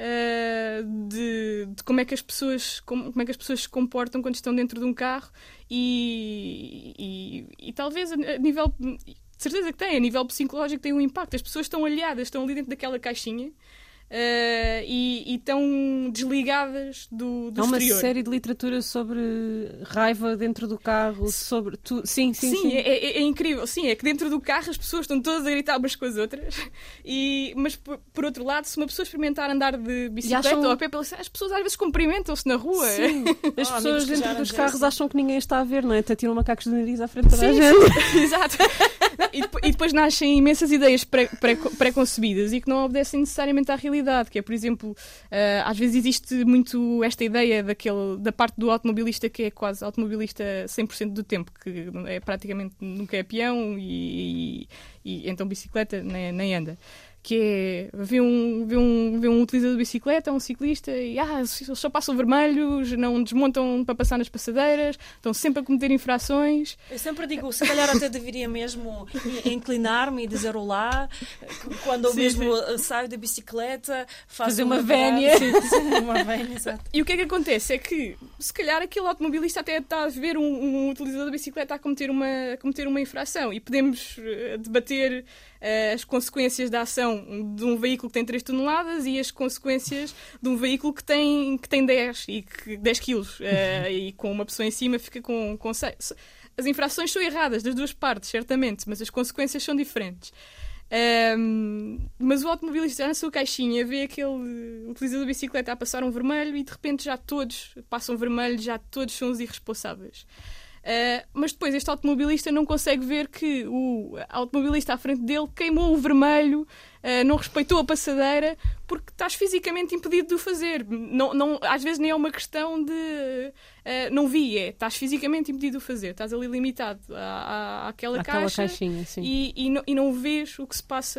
de como é que as pessoas se comportam quando estão dentro de um carro e talvez a nível, de certeza que tem, a nível psicológico tem um impacto. As pessoas estão alheadas, estão ali dentro daquela caixinha. E estão desligadas do exterior. Há uma série de literatura sobre raiva dentro do carro, sobre tudo. Sim. É incrível. Sim, é que dentro do carro as pessoas estão todas a gritar umas com as outras. Mas por outro lado, se uma pessoa experimentar andar de bicicleta ou a pé, as pessoas às vezes cumprimentam-se na rua. Sim. As pessoas dentro dos carros acham que ninguém está a ver, não é? Até tiram macacos de nariz à frente de toda a gente. Exato. E depois nascem imensas ideias pré-concebidas e que não obedecem necessariamente à realidade. Que é, por exemplo, às vezes existe muito esta ideia da parte do automobilista que é quase automobilista 100% do tempo, que é praticamente nunca é peão e então bicicleta nem anda. Que é, vê um utilizador de bicicleta, um ciclista, e só passam vermelhos, não desmontam para passar nas passadeiras, estão sempre a cometer infrações. Eu sempre digo, se calhar até deveria mesmo inclinar-me e dizer olá, quando eu mesmo saio da bicicleta, fazer uma vénia. Uma vénia, exato. E o que é que acontece? É que, se calhar, aquele automobilista até está a ver um utilizador de bicicleta a cometer uma infração, e podemos debater as consequências da ação de um veículo que tem 3 toneladas e as consequências de um veículo que tem 10 quilos e com uma pessoa em cima fica com 6. As infrações são erradas das duas partes, certamente, mas as consequências são diferentes. Mas o automobilista já na sua caixinha vê aquele utilizador de bicicleta a passar um vermelho e de repente já todos passam vermelho, já todos são os irresponsáveis. Mas depois este automobilista não consegue ver que o automobilista à frente dele queimou o vermelho, não respeitou a passadeira, porque estás fisicamente impedido de o fazer. Não, às vezes nem é uma questão de não vi, estás fisicamente impedido de o fazer, estás ali limitado àquela caixa caixinha, sim. E não vês o que se passa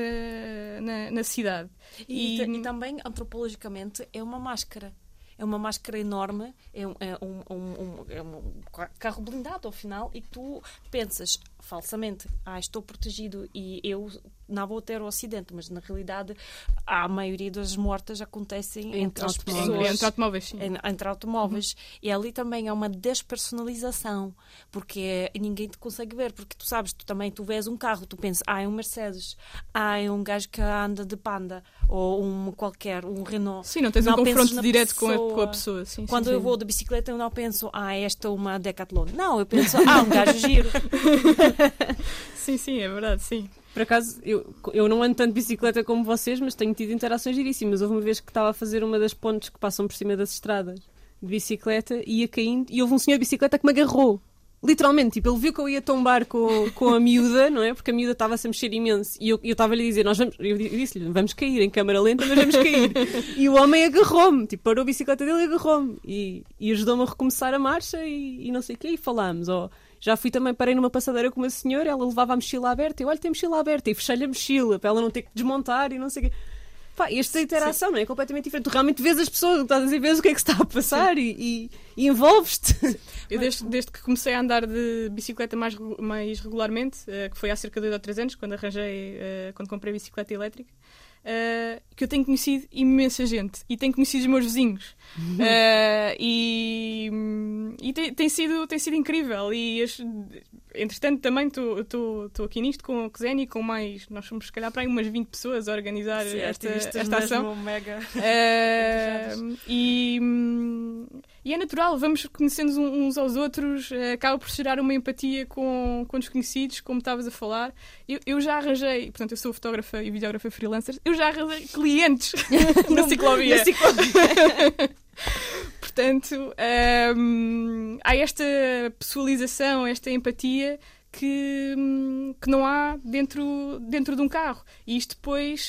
na cidade. E também, antropologicamente, é uma máscara. É uma máscara enorme, é um carro blindado ao final, e tu pensas falsamente, estou protegido e eu não vou ter o acidente, mas na realidade a maioria das mortes acontecem entre as pessoas. Entre automóveis, sim. Entre automóveis. E ali também é uma despersonalização, porque ninguém te consegue ver, porque tu sabes, tu vês um carro, tu pensas, é um Mercedes, é um gajo que anda de Panda, ou um Renault. Sim, não tens um confronto direto com a pessoa. Sim, quando sim, eu vou de bicicleta, eu não penso, esta é uma Decathlon. Não, eu penso, um gajo giro. Sim, é verdade, sim. Por acaso, eu não ando tanto de bicicleta como vocês, mas tenho tido interações giríssimas. Houve uma vez que estava a fazer uma das pontes que passam por cima das estradas de bicicleta, ia caindo, e houve um senhor de bicicleta que me agarrou. Literalmente, ele viu que eu ia tombar com a miúda, não é? Porque a miúda estava-se a mexer imenso. E eu estava-lhe a dizer, eu disse-lhe, vamos cair em câmara lenta, mas vamos cair. E o homem agarrou-me, parou a bicicleta dele e agarrou-me. E ajudou-me a recomeçar a marcha e não sei o quê, e falámos. Já fui também, parei numa passadeira com uma senhora, ela levava a mochila aberta, tem mochila aberta, e fechei-lhe a mochila, para ela não ter que desmontar e não sei o quê. Pá, esta interação não é completamente diferente. Tu realmente vês as pessoas, estás a dizer, vês o que é que se está a passar e envolves-te. Eu desde que comecei a andar de bicicleta mais regularmente, que foi há cerca de 2 ou 3 anos, quando comprei a bicicleta elétrica, que eu tenho conhecido imensa gente e tenho conhecido os meus vizinhos. E tem sido incrível. E entretanto também estou aqui nisto com a Zénia e com mais, nós somos se calhar para aí umas 20 pessoas a organizar esta ação. Mega. E é natural, vamos conhecendo uns aos outros, acaba por gerar uma empatia com desconhecidos, como estavas a falar. Eu já arranjei, portanto eu sou fotógrafa e videógrafa freelancer, eu já arranjei clientes na ciclovia. Portanto, há esta pessoalização, esta empatia que não há dentro de um carro. E isto depois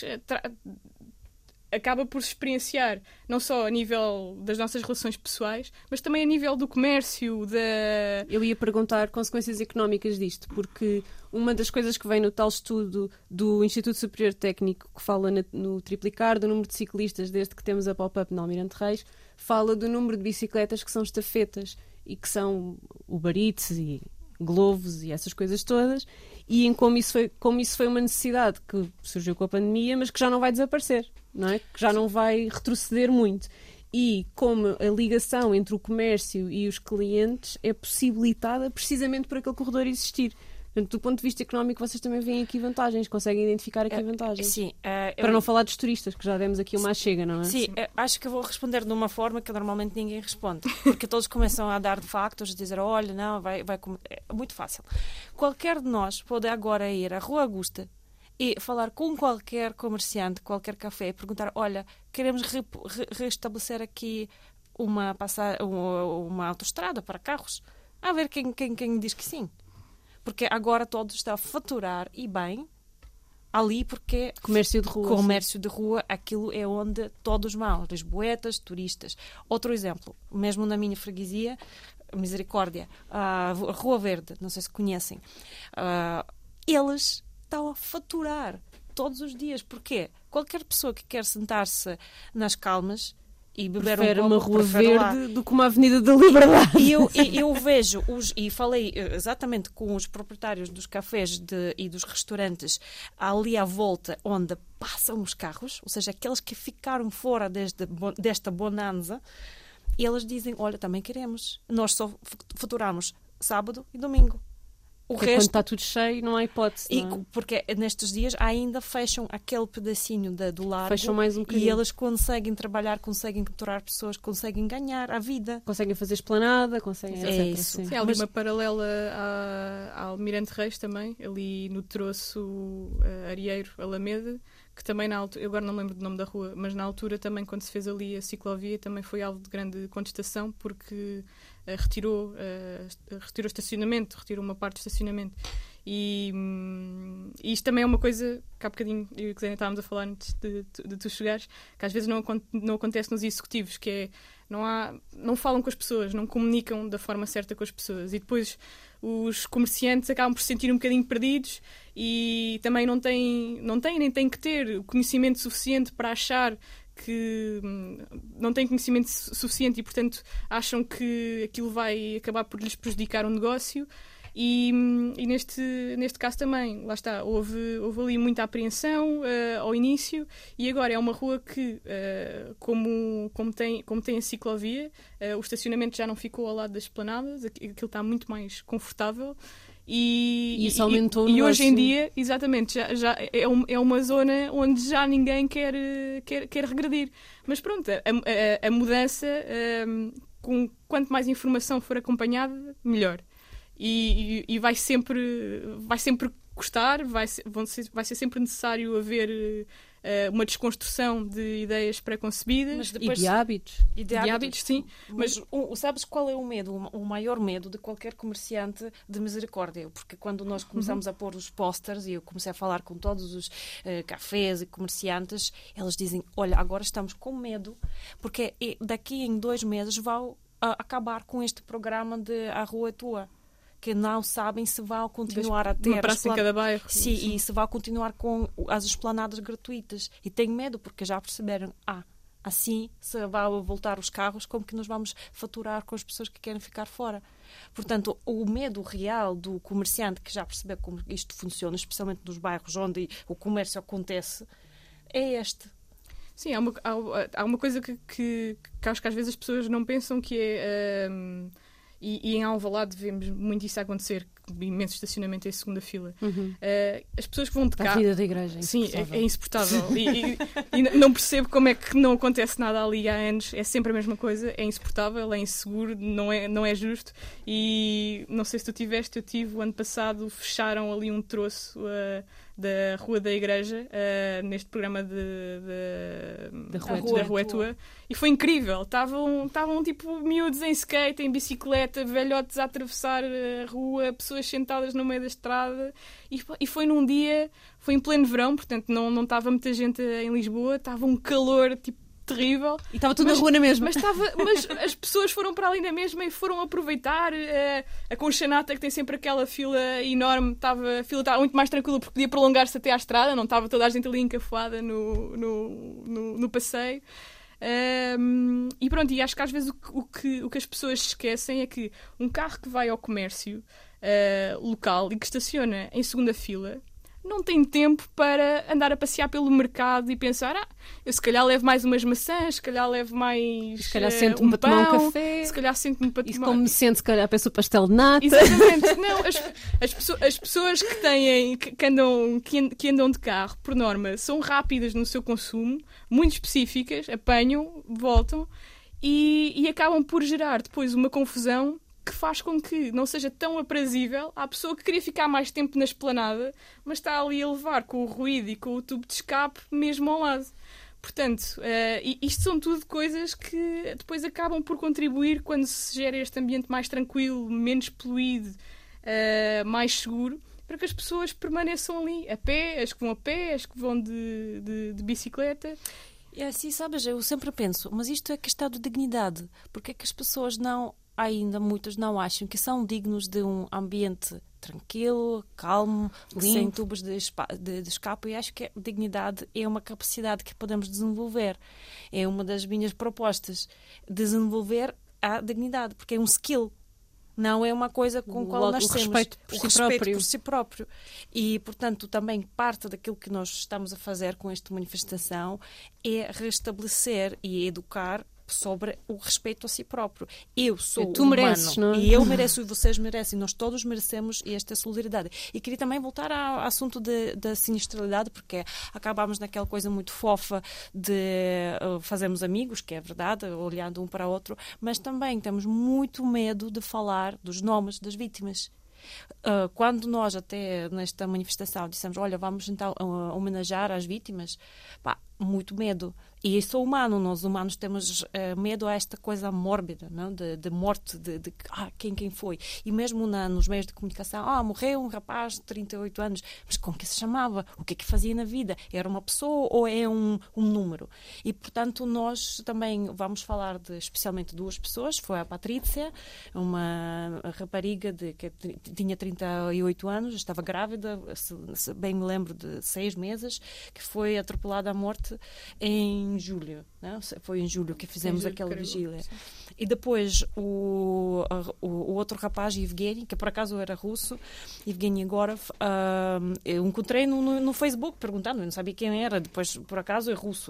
acaba por se experienciar não só a nível das nossas relações pessoais, mas também a nível do comércio, Eu ia perguntar consequências económicas disto, porque uma das coisas que vem no tal estudo do Instituto Superior Técnico, que fala no triplicar do número de ciclistas desde que temos a pop-up na Almirante Reis, fala do número de bicicletas que são estafetas e que são Uber Eats e Globos e essas coisas todas, e em como isso foi uma necessidade que surgiu com a pandemia, mas que já não vai desaparecer, não é? Que já não vai retroceder muito. E como a ligação entre o comércio e os clientes é possibilitada precisamente por aquele corredor existir. Portanto, do ponto de vista económico, vocês também veem aqui vantagens, conseguem identificar aqui vantagens. Sim. Para não falar dos turistas, que já demos aqui uma chega, não é? Sim, acho que eu vou responder de uma forma que normalmente ninguém responde. Porque todos começam a dar factos, a dizer, olha, não, vai... É muito fácil. Qualquer de nós pode agora ir à Rua Augusta e falar com qualquer comerciante, qualquer café, e perguntar, olha, queremos restabelecer aqui uma autoestrada para carros. A ver quem diz que sim. Porque agora todos estão a faturar e bem ali, porque comércio de rua, aquilo é onde todos vão, lisboetas, turistas. Outro exemplo, mesmo na minha freguesia, Misericórdia, a Rua Verde, não sei se conhecem, eles estão a faturar todos os dias. Porquê? Qualquer pessoa que quer sentar-se nas calmas e beber prefere um pouco, uma Rua Verde do que uma Avenida da Liberdade. E eu vejo, e falei exatamente com os proprietários dos cafés e dos restaurantes ali à volta, onde passam os carros, ou seja, aqueles que ficaram fora desta bonanza, e eles dizem, olha, também queremos. Nós só faturamos sábado e domingo. Quando está tudo cheio, não há hipótese. Porque nestes dias ainda fecham aquele pedacinho do largo. Fecham mais um bocadinho. E eles conseguem trabalhar, conseguem capturar pessoas, conseguem ganhar a vida. Conseguem fazer esplanada, conseguem... Isso. Sim, há ali uma paralela à Almirante Reis também, ali no troço Arieiro, Alameda, que também na altura, eu agora não me lembro do nome da rua, mas na altura também, quando se fez ali a ciclovia, também foi alvo de grande contestação, porque retirou estacionamento, retirou uma parte de estacionamento. E isto também é uma coisa que há bocadinho eu e a Zénia estávamos a falar antes de tu chegares, que às vezes não acontece nos executivos, que é não falam com as pessoas, não comunicam da forma certa com as pessoas, e depois os comerciantes acabam por se sentir um bocadinho perdidos e também não têm nem têm que ter o conhecimento suficiente para achar que não têm conhecimento suficiente e, portanto, acham que aquilo vai acabar por lhes prejudicar o negócio. E neste caso também, lá está, houve ali muita apreensão ao início, e agora é uma rua que, como tem a ciclovia, o estacionamento já não ficou ao lado das esplanadas, aquilo está muito mais confortável. E isso aumentou o negócio. E hoje em dia, exatamente, já é uma zona onde já ninguém quer regredir. Mas pronto, a mudança, quanto mais informação for acompanhada, melhor. E vai sempre custar, vai ser sempre necessário haver uma desconstrução de ideias pré-concebidas. E de hábitos. E de hábitos, sim. Mas sabes qual é o medo? O maior medo de qualquer comerciante de Misericórdia? Porque quando nós começamos a pôr os posters, e eu comecei a falar com todos os cafés e comerciantes, eles dizem, olha, agora estamos com medo, porque daqui em 2 meses vão acabar com este programa de A Rua é Tua. que não sabem se vão continuar a ter uma praça em cada bairro. Sim, e se vão continuar com as esplanadas gratuitas. E tenho medo, porque já perceberam, assim se vão voltar os carros, como que nós vamos faturar com as pessoas que querem ficar fora. Portanto, o medo real do comerciante, que já percebeu como isto funciona, especialmente nos bairros onde o comércio acontece, é este. Sim, há uma coisa que acho que às vezes as pessoas não pensam, que é... E em Alvalade vemos muito isso acontecer, imenso estacionamento em segunda fila. As pessoas que vão de carro... A vida da igreja é insuportável. Sim, é insuportável. e não percebo como é que não acontece nada ali há anos. É sempre a mesma coisa. É insuportável, é inseguro, não é justo. E não sei se tu tiveste, eu tive o ano passado, fecharam ali um troço da Rua da Igreja, neste programa da Rua é Tua. E foi incrível. Estavam tipo miúdos em skate, em bicicleta, velhotes a atravessar a rua, pessoas sentadas no meio da estrada. E foi num dia, foi em pleno verão, portanto não estava muita gente em Lisboa, estava um calor tipo terrível. E estava tudo na rua na mesma. Mas as pessoas foram para ali na mesma e foram aproveitar. A Conchanata, que tem sempre aquela fila enorme, a fila estava muito mais tranquila porque podia prolongar-se até à estrada, não estava toda a gente ali encafuada no passeio. E pronto, e acho que às vezes o que as pessoas se esquecem é que um carro que vai ao comércio local e que estaciona em segunda fila não tem tempo para andar a passear pelo mercado e pensar, eu se calhar levo mais umas maçãs, se calhar levo mais se calhar sento-me para tomar um café, se calhar sento-me para tomar... E como me sento, se calhar peço o pastel de nata. Exatamente. Não, as pessoas que andam de carro, por norma, são rápidas no seu consumo, muito específicas, apanham, voltam e acabam por gerar depois uma confusão que faz com que não seja tão aprazível à pessoa que queria ficar mais tempo na esplanada, mas está ali a levar com o ruído e com o tubo de escape mesmo ao lado. Portanto, isto são tudo coisas que depois acabam por contribuir quando se gera este ambiente mais tranquilo, menos poluído, mais seguro, para que as pessoas permaneçam ali, a pé, as que vão a pé, as que vão de bicicleta. É assim, sabes, eu sempre penso, mas isto é questão de dignidade. Porque é que as pessoas ainda muitos não acham que são dignos de um ambiente tranquilo, calmo, sem tubos de escape? E acho que a dignidade é uma capacidade que podemos desenvolver. É uma das minhas propostas, desenvolver a dignidade, porque é um skill. Não é uma coisa com a qual nós temos. Respeito por si próprio. E, portanto, também parte daquilo que nós estamos a fazer com esta manifestação é restabelecer e educar sobre o respeito a si próprio. Eu sou tu humano, mereces, não é? E eu mereço e vocês merecem, nós todos merecemos esta solidariedade. E queria também voltar ao assunto da sinistralidade, porque acabamos naquela coisa muito fofa de fazermos amigos, que é verdade, olhando um para o outro, mas também temos muito medo de falar dos nomes das vítimas. Quando nós até nesta manifestação dissemos, olha, vamos então homenagear as vítimas, muito medo. E sou humano, nós humanos temos medo a esta coisa mórbida, não? De morte, de quem foi. E mesmo nos meios de comunicação, morreu um rapaz de 38 anos, mas como que se chamava? O que é que fazia na vida? Era uma pessoa ou é um número? E, portanto, nós também vamos falar especialmente duas pessoas. Foi a Patrícia, uma rapariga que tinha 38 anos, estava grávida, se bem me lembro, de 6 meses, que foi atropelada à morte em julho, não? Foi em julho que fizemos aquela vigília. Sim. E depois o outro rapaz, Evgeny, que por acaso era russo, Evgeny Gorov, eu encontrei no Facebook perguntando, eu não sabia quem era, depois por acaso é russo.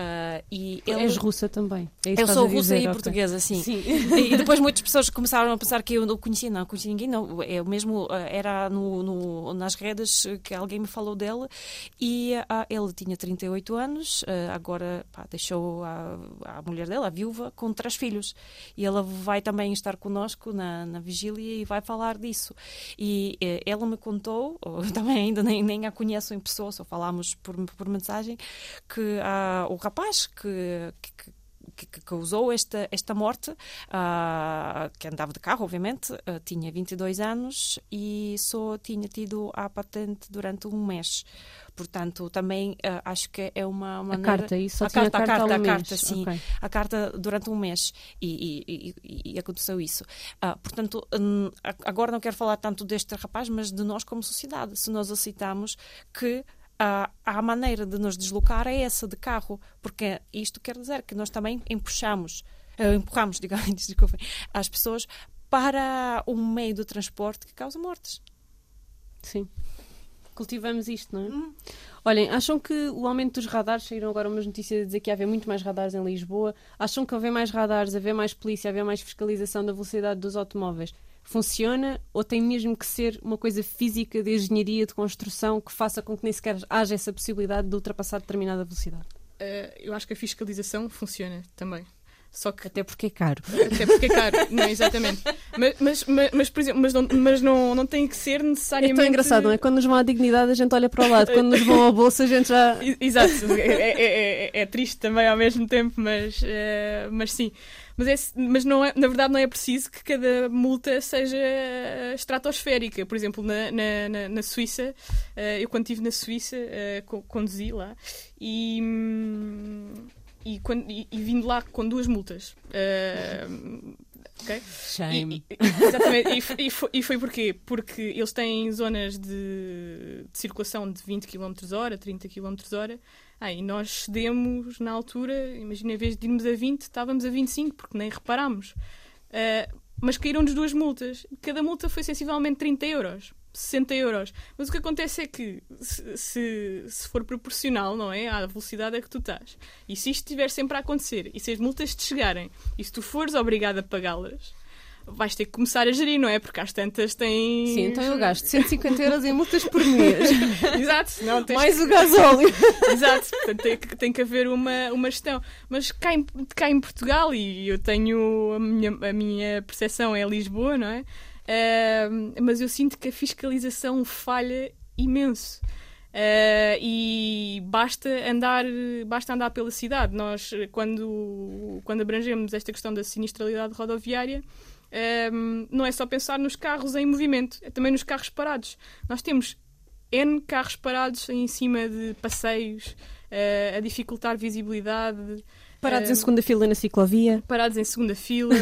És russa também? Eu sou russa e portuguesa, sim. E depois muitas pessoas começaram a pensar que eu não conhecia ninguém, não. Eu mesmo era nas redes que alguém me falou dele e ele tinha 38 anos, agora deixou a mulher dele, a viúva, com 3 filhos. E ela vai também estar connosco na vigília e vai falar disso. E ela me contou, também ainda nem a conheço em pessoa, só falámos por mensagem, que o rapaz que que causou esta morte, que andava de carro, obviamente, tinha 22 anos e só tinha tido a patente durante um mês. Portanto, também acho que é uma maneira... A carta, isso só a tinha carta, a carta, sim. Okay. A carta durante um mês e aconteceu isso. Portanto, agora não quero falar tanto deste rapaz, mas de nós como sociedade. Se nós aceitamos que a maneira de nos deslocar é essa, de carro, porque isto quer dizer que nós também empurramos, digamos, desculpem, as pessoas para um meio de transporte que causa mortes. Sim. Cultivamos isto, não é? Olhem, acham que o aumento dos radares, saíram agora umas notícias a dizer que ia haver muito mais radares em Lisboa, acham que haver mais radares, haver mais polícia, haver mais fiscalização da velocidade dos automóveis, funciona ou tem mesmo que ser uma coisa física de engenharia, de construção, que faça com que nem sequer haja essa possibilidade de ultrapassar determinada velocidade? Eu acho que a fiscalização funciona também. Só que... Até porque é caro. Até porque é caro, não, exatamente. Mas por exemplo, não tem que ser necessariamente... É tão engraçado, não é? Quando nos vão à dignidade a gente olha para o lado, quando nos vão ao bolso a gente já... Exato, é triste também ao mesmo tempo, mas sim. Mas não é, na verdade não é preciso que cada multa seja estratosférica. Por exemplo, na Suíça, eu quando estive na Suíça conduzi lá e vim de lá com 2 multas. Okay? Shame. Exatamente. E foi porquê? Porque eles têm zonas de circulação de 20 km/h, 30 km/h. E nós cedemos na altura, imagina, em vez de irmos a 20, estávamos a 25, porque nem reparámos. Mas caíram-nos 2 multas. Cada multa foi sensivelmente 30 euros. 60 euros. Mas o que acontece é que se for proporcional, não é, à velocidade a que tu estás, e se isto estiver sempre a acontecer, e se as multas te chegarem, e se tu fores obrigado a pagá-las, vais ter que começar a gerir, não é? Porque às tantas tens... Sim, então eu gasto 150 euros em multas por mês. Exato. Não, mais o gasóleo. Exato. Portanto, tem que haver uma gestão. Mas cá em Portugal, e eu tenho... A minha percepção é Lisboa, não é? Mas eu sinto que a fiscalização falha imenso. E basta andar pela cidade. Nós, quando abrangemos esta questão da sinistralidade rodoviária, não é só pensar nos carros em movimento, é também nos carros parados. Nós temos N carros parados em cima de passeios, a dificultar visibilidade. Parados em segunda fila na ciclovia. Parados em segunda fila.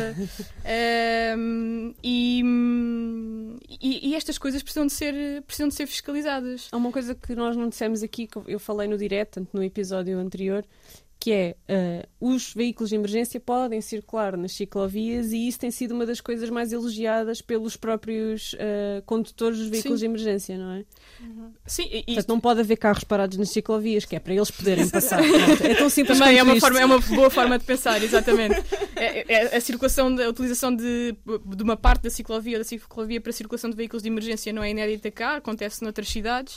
E estas coisas precisam de ser fiscalizadas. Há uma coisa que nós não dissemos aqui, que eu falei no direto, tanto no episódio anterior, que é os veículos de emergência podem circular nas ciclovias, e isso tem sido uma das coisas mais elogiadas pelos próprios condutores dos veículos de emergência, não é? Sim, portanto, não pode haver carros parados nas ciclovias, que é para eles poderem passar. É tão simples também quanto é uma boa forma de pensar, exatamente. A circulação, a utilização de uma parte da ciclovia para a circulação de veículos de emergência não é inédita cá, acontece noutras cidades.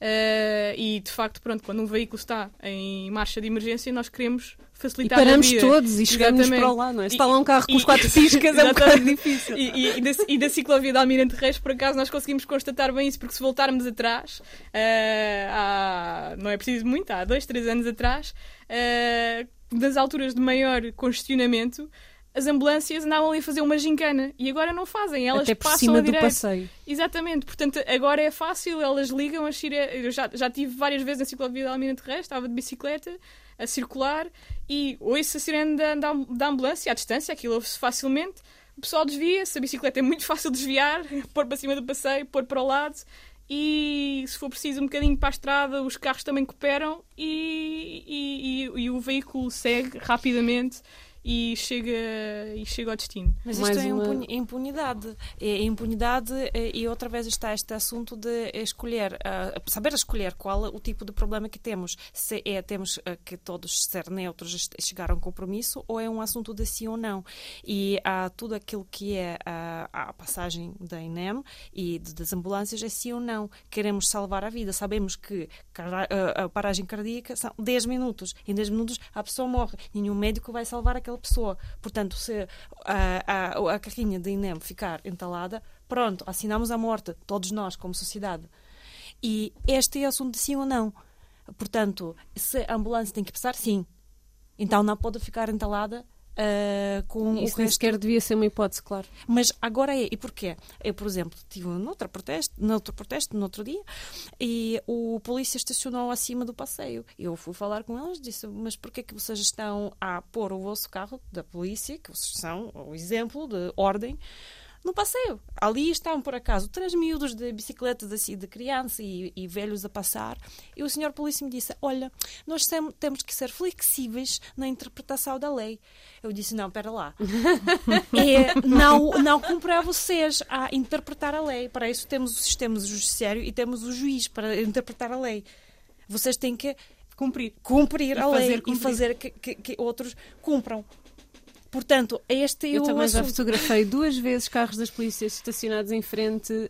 E de facto, pronto, quando um veículo está em marcha de emergência, nós queremos facilitar a vida. E paramos todos e chegamos para lá, não é? Se está lá um carro com os 4 piscas, é um bocado difícil. E da ciclovia de Almirante Reis, por acaso, nós conseguimos constatar bem isso, porque se voltarmos atrás, não é preciso muito, há 2-3 anos atrás, das alturas de maior congestionamento, as ambulâncias andavam ali a fazer uma gincana e agora não fazem, elas até por passam cima a do direito. passeio. Exatamente, portanto agora é fácil, elas ligam, eu já tive várias vezes na ciclovia de Almirante Reis, estava de bicicleta a circular e ouço a sirene da ambulância à distância, aquilo ouve-se facilmente, o pessoal desvia-se, a bicicleta é muito fácil de desviar, pôr para cima do passeio, pôr para o lado, e se for preciso um bocadinho para a estrada, os carros também cooperam e o veículo segue rapidamente e chega ao destino. Mas isto é impunidade. É impunidade, e outra vez está este assunto de saber escolher qual o tipo de problema que temos. Se temos que todos ser neutros e chegar a um compromisso, ou é um assunto de sim ou não. E há tudo aquilo que é a passagem da INEM e das ambulâncias é sim ou não. Queremos salvar a vida. Sabemos que a paragem cardíaca são 10 minutos. Em 10 minutos a pessoa morre. Nenhum médico vai salvar aquela pessoa. Portanto, se a carrinha da INEM ficar entalada, pronto, assinamos a morte, todos nós, como sociedade. E este é assunto de sim ou não. Portanto, se a ambulância tem que passar, sim. Então não pode ficar entalada com Isso o nem resto. sequer devia ser uma hipótese, claro. Mas agora é. E porquê? Eu, por exemplo, estive noutro protesto no outro dia, e o polícia estacionou acima do passeio. Eu fui falar com eles, disse, mas porquê que vocês estão a pôr o vosso carro da polícia, que vocês são o exemplo de ordem, no passeio? Ali estão, por acaso, 3 miúdos de bicicletas assim, de criança e velhos a passar. E o senhor polícia me disse, olha, nós temos que ser flexíveis na interpretação da lei. Eu disse, não, espera lá. Não cumpre a vocês a interpretar a lei. Para isso temos o sistema judiciário e temos o juiz para interpretar a lei. Vocês têm que cumprir a lei e fazer que outros cumpram. Portanto, este é Eu o também já assunto. fotografei 2 vezes carros das polícias estacionados em frente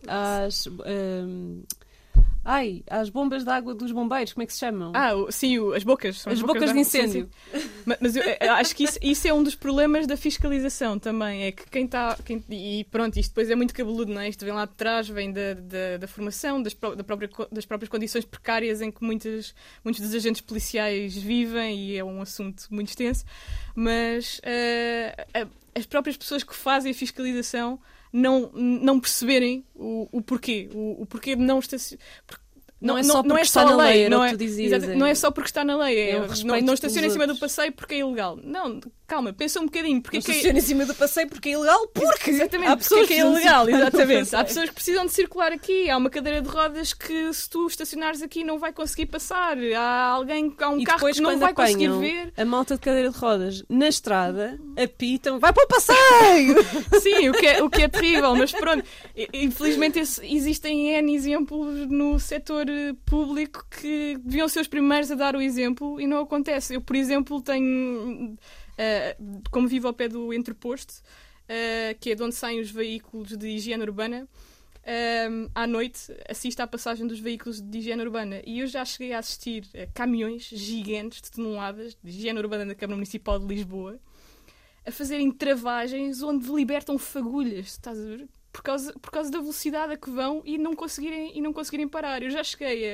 às bombas de água dos bombeiros, como é que se chamam? Sim, as bocas. São As bocas de incêndio. Sim, sim. Mas eu acho que isso é um dos problemas da fiscalização também. É que e pronto, isto depois é muito cabeludo, não é? Isto vem lá de trás, vem da formação, das próprias condições precárias em que muitos dos agentes policiais vivem, e é um assunto muito extenso. Mas as próprias pessoas que fazem a fiscalização não perceberem o porquê. O porquê de não estacionar. Não é só porque está na lei, era o que tu dizias. Não é só porque está na lei. Não estaciona em cima do outros. passeio porque é ilegal. Não, calma, pensa um bocadinho. Porque Não estaciona em cima do passeio porque é ilegal, porque exatamente, há pessoas porque é ilegal, exatamente. Há Há pessoas que precisam de circular aqui. Há uma cadeira de rodas que, se tu estacionares aqui, não vai conseguir passar. Há um e carro depois, que não quando vai conseguir apanham ver. a malta de cadeira de rodas na estrada, apitam, vai para o passeio! Sim, o que é terrível, mas pronto. Infelizmente existem N exemplos no setor público que deviam ser os primeiros a dar o exemplo e não acontece. Eu, por exemplo, tenho, como vivo ao pé do entreposto, que é de onde saem os veículos de higiene urbana, à noite assisto à passagem dos veículos de higiene urbana, e eu já cheguei a assistir a caminhões gigantes de toneladas de higiene urbana da Câmara Municipal de Lisboa a fazerem travagens onde libertam fagulhas, estás a ver? Por causa da velocidade a que vão e não conseguirem parar. Eu já cheguei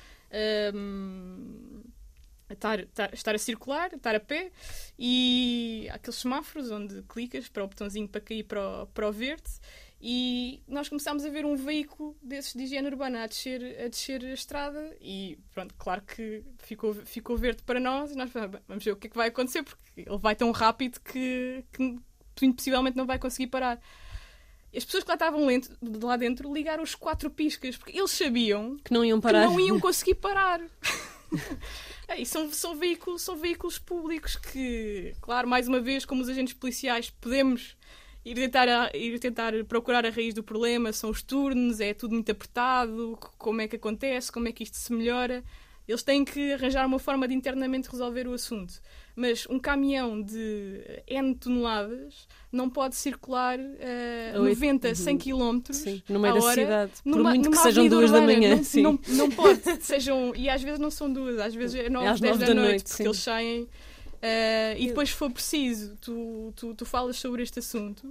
estar a circular, a estar a pé, e há aqueles semáforos onde clicas para o botãozinho para cair para o verde, e nós começámos a ver um veículo desses de higiene urbana a descer a estrada, e pronto, claro que ficou verde para nós, e nós vamos ver o que é que vai acontecer, porque ele vai tão rápido que possivelmente não vai conseguir parar. As pessoas que lá estavam lá dentro ligaram os 4 piscas, porque eles sabiam Que não iam parar. que não iam conseguir parar. E são veículos públicos que, claro, mais uma vez, como os agentes policiais, podemos ir tentar procurar a raiz do problema. São os turnos, é tudo muito apertado, como é que acontece, como é que isto se melhora. Eles têm que arranjar uma forma de internamente resolver o assunto. Mas um caminhão de N toneladas não pode circular 90, 100 km no meio à da hora, cidade, por numa muito que sejam avenida 2 da urbana. manhã. Sim. Não pode. E às vezes não são 2, às vezes é 9, às 10 9 da da noite, noite, porque sim. eles saem. E depois, se for preciso, tu falas sobre este assunto.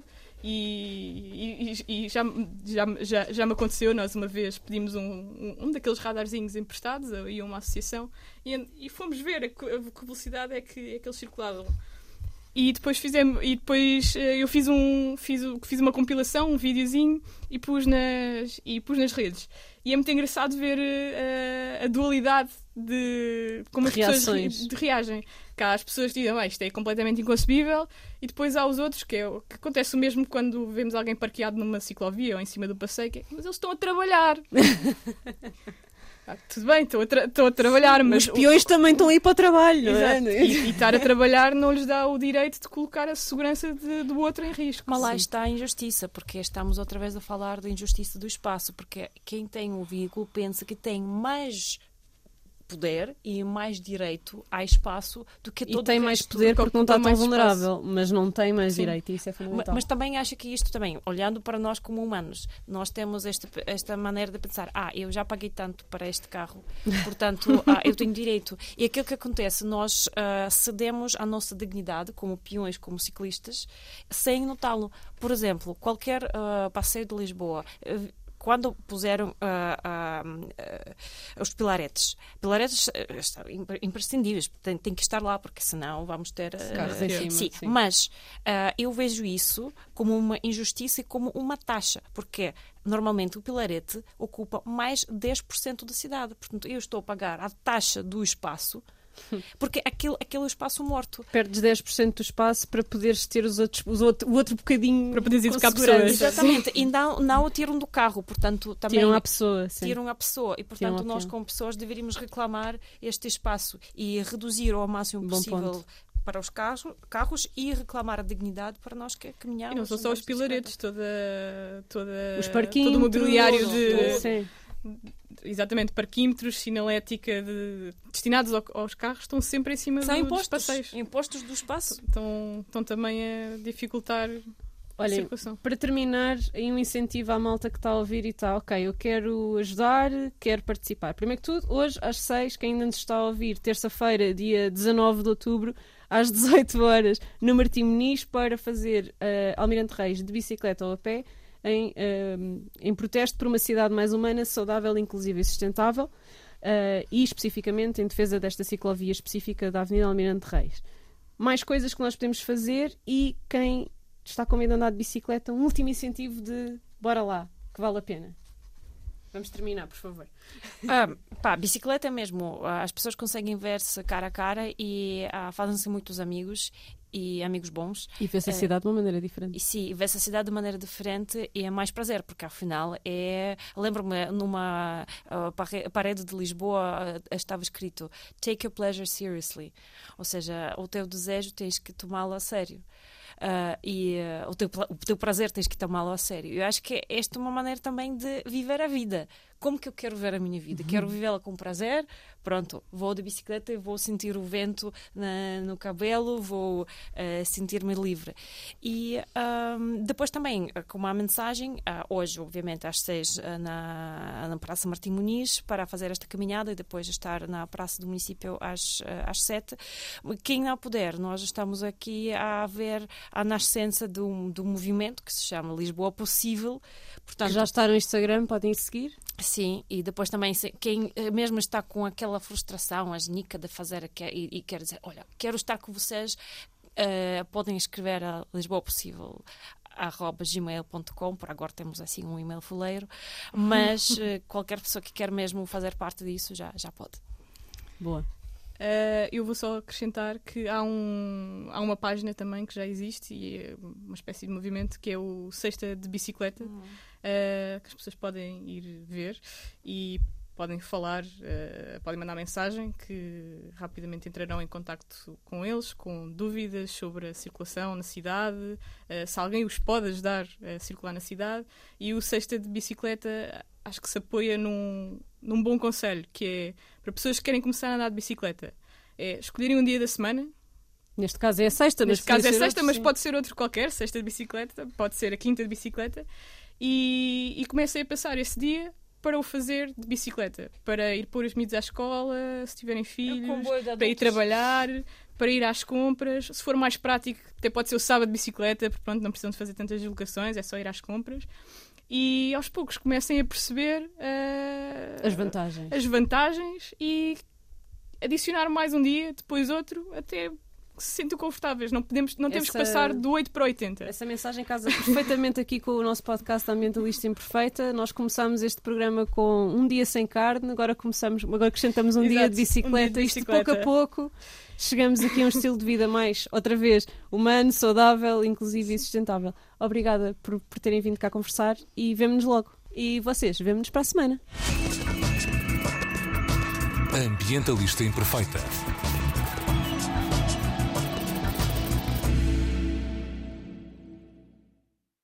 E já me aconteceu. Nós uma vez pedimos um daqueles radarzinhos emprestados a uma associação e fomos ver a que velocidade é que eles circulavam. E depois eu fiz uma compilação, um videozinho, e pus nas redes. E é muito engraçado ver a dualidade de como as pessoas reagem. Cá as pessoas dizem, isto é completamente inconcebível, e depois há os outros, que acontece o mesmo quando vemos alguém parqueado numa ciclovia ou em cima do passeio, mas eles estão a trabalhar. Tudo bem, estão a trabalhar, mas os peões também estão a ir para o trabalho. Exato. Não é? E estar a trabalhar não lhes dá o direito de colocar a segurança do outro em risco. Mas lá está a injustiça, porque estamos outra vez a falar da injustiça do espaço, porque quem tem o veículo pensa que tem mais poder e mais direito a espaço do que todo o resto. E tem mais poder porque não está tão vulnerável, mas não tem mais direito, e isso é fundamental. Mas também acho que isto também, olhando para nós como humanos, nós temos esta maneira de pensar, eu já paguei tanto para este carro, portanto eu tenho direito. E aquilo que acontece, nós cedemos a nossa dignidade como peões, como ciclistas, sem notá-lo. Por exemplo, qualquer passeio de Lisboa, quando puseram os pilaretes estão imprescindíveis, tem que estar lá, porque senão vamos ter... sim. Mas eu vejo isso como uma injustiça e como uma taxa, porque normalmente o pilarete ocupa mais 10% da cidade. Portanto, eu estou a pagar a taxa do espaço, porque aquele é o espaço morto. Perdes 10% do espaço para poderes ter o outro bocadinho, para poderes ir buscar segurança. pessoas. Exatamente, e não o tiram do carro, portanto também tiram a pessoa, sim. Tiram a pessoa, e portanto nós como pessoas deveríamos reclamar este espaço e reduzir ao máximo possível para os carros e reclamar a dignidade para nós que caminhamos. E não são só os pilaretes, os parquinhos, todo o mobiliário sim. Exatamente, parquímetros, sinalética destinados aos carros estão sempre em cima dos passeios. Impostos do espaço. Estão também a dificultar a circulação. Para terminar, aí um incentivo à malta que está a ouvir e está, ok, eu quero ajudar, quero participar. Primeiro que tudo, hoje às 6, quem ainda nos está a ouvir, terça-feira, dia 19 de outubro, às 18 horas, no Martim Muniz, para fazer Almirante Reis de bicicleta ou a pé, em protesto por uma cidade mais humana, saudável, inclusiva e sustentável, e especificamente em defesa desta ciclovia específica da Avenida Almirante Reis. Mais coisas que nós podemos fazer, e quem está com medo de andar de bicicleta, um último incentivo de bora lá, que vale a pena. Vamos terminar, por favor. Bicicleta mesmo. As pessoas conseguem ver-se cara a cara e fazem-se muitos amigos e amigos bons. E vê-se a cidade de uma maneira diferente. Sim, vê-se a cidade de maneira diferente e é mais prazer, porque afinal lembro-me numa parede de Lisboa estava escrito "Take your pleasure seriously", ou seja, o teu desejo tens que tomá-lo a sério. O teu prazer tens que tomá-lo a sério. Eu acho que esta é uma maneira também de viver a vida. Como que eu quero ver a minha vida? Quero vivê-la com prazer. Pronto, vou de bicicleta e vou sentir o vento no cabelo, vou sentir-me livre. E depois também, com uma mensagem, hoje, obviamente, às 6 na Praça Martim Muniz, para fazer esta caminhada e depois estar na Praça do Município às 7. Quem não puder, nós estamos aqui a ver a nascença de um movimento que se chama Lisboa Possível. Portanto, já está no Instagram, podem seguir. Sim, e depois também quem mesmo está com aquela frustração, a genica de fazer e quer dizer, olha, quero estar com vocês, podem escrever a lisboapossível@gmail.com. Por agora temos assim um e-mail fuleiro, mas qualquer pessoa que quer mesmo fazer parte disso já pode. Boa. Eu vou só acrescentar que há uma página também que já existe e é uma espécie de movimento, que é o Sexta de Bicicleta, que as pessoas podem ir ver e podem falar, podem mandar mensagem, que rapidamente entrarão em contacto com eles, com dúvidas sobre a circulação na cidade, se alguém os pode ajudar a circular na cidade. E o Sexta de Bicicleta acho que se apoia num bom conselho, que é para pessoas que querem começar a andar de bicicleta, é escolherem um dia da semana. Neste caso é a sexta, mas pode ser outro qualquer, sexta de bicicleta, pode ser a quinta de bicicleta, e comecem a passar esse dia para o fazer de bicicleta, para ir pôr os miúdos à escola, se tiverem filhos, para ir trabalhar, para ir às compras. Se for mais prático, até pode ser o sábado de bicicleta, porque pronto, não precisam de fazer tantas deslocações, é só ir às compras. E aos poucos comecem a perceber as vantagens e adicionar mais um dia, depois outro, até que se sentem confortáveis. Não temos que passar do 8 para 80. Essa mensagem casa perfeitamente aqui com o nosso podcast Ambientalista Imperfeita. Nós começámos este programa com um dia sem carne, agora acrescentamos um dia de bicicleta. Isto pouco a pouco chegamos aqui a um estilo de vida mais, outra vez, humano, saudável, inclusive e sustentável. Obrigada por terem vindo cá conversar e vemo-nos logo. E vocês, vemo-nos para a semana. Ambientalista Imperfeita.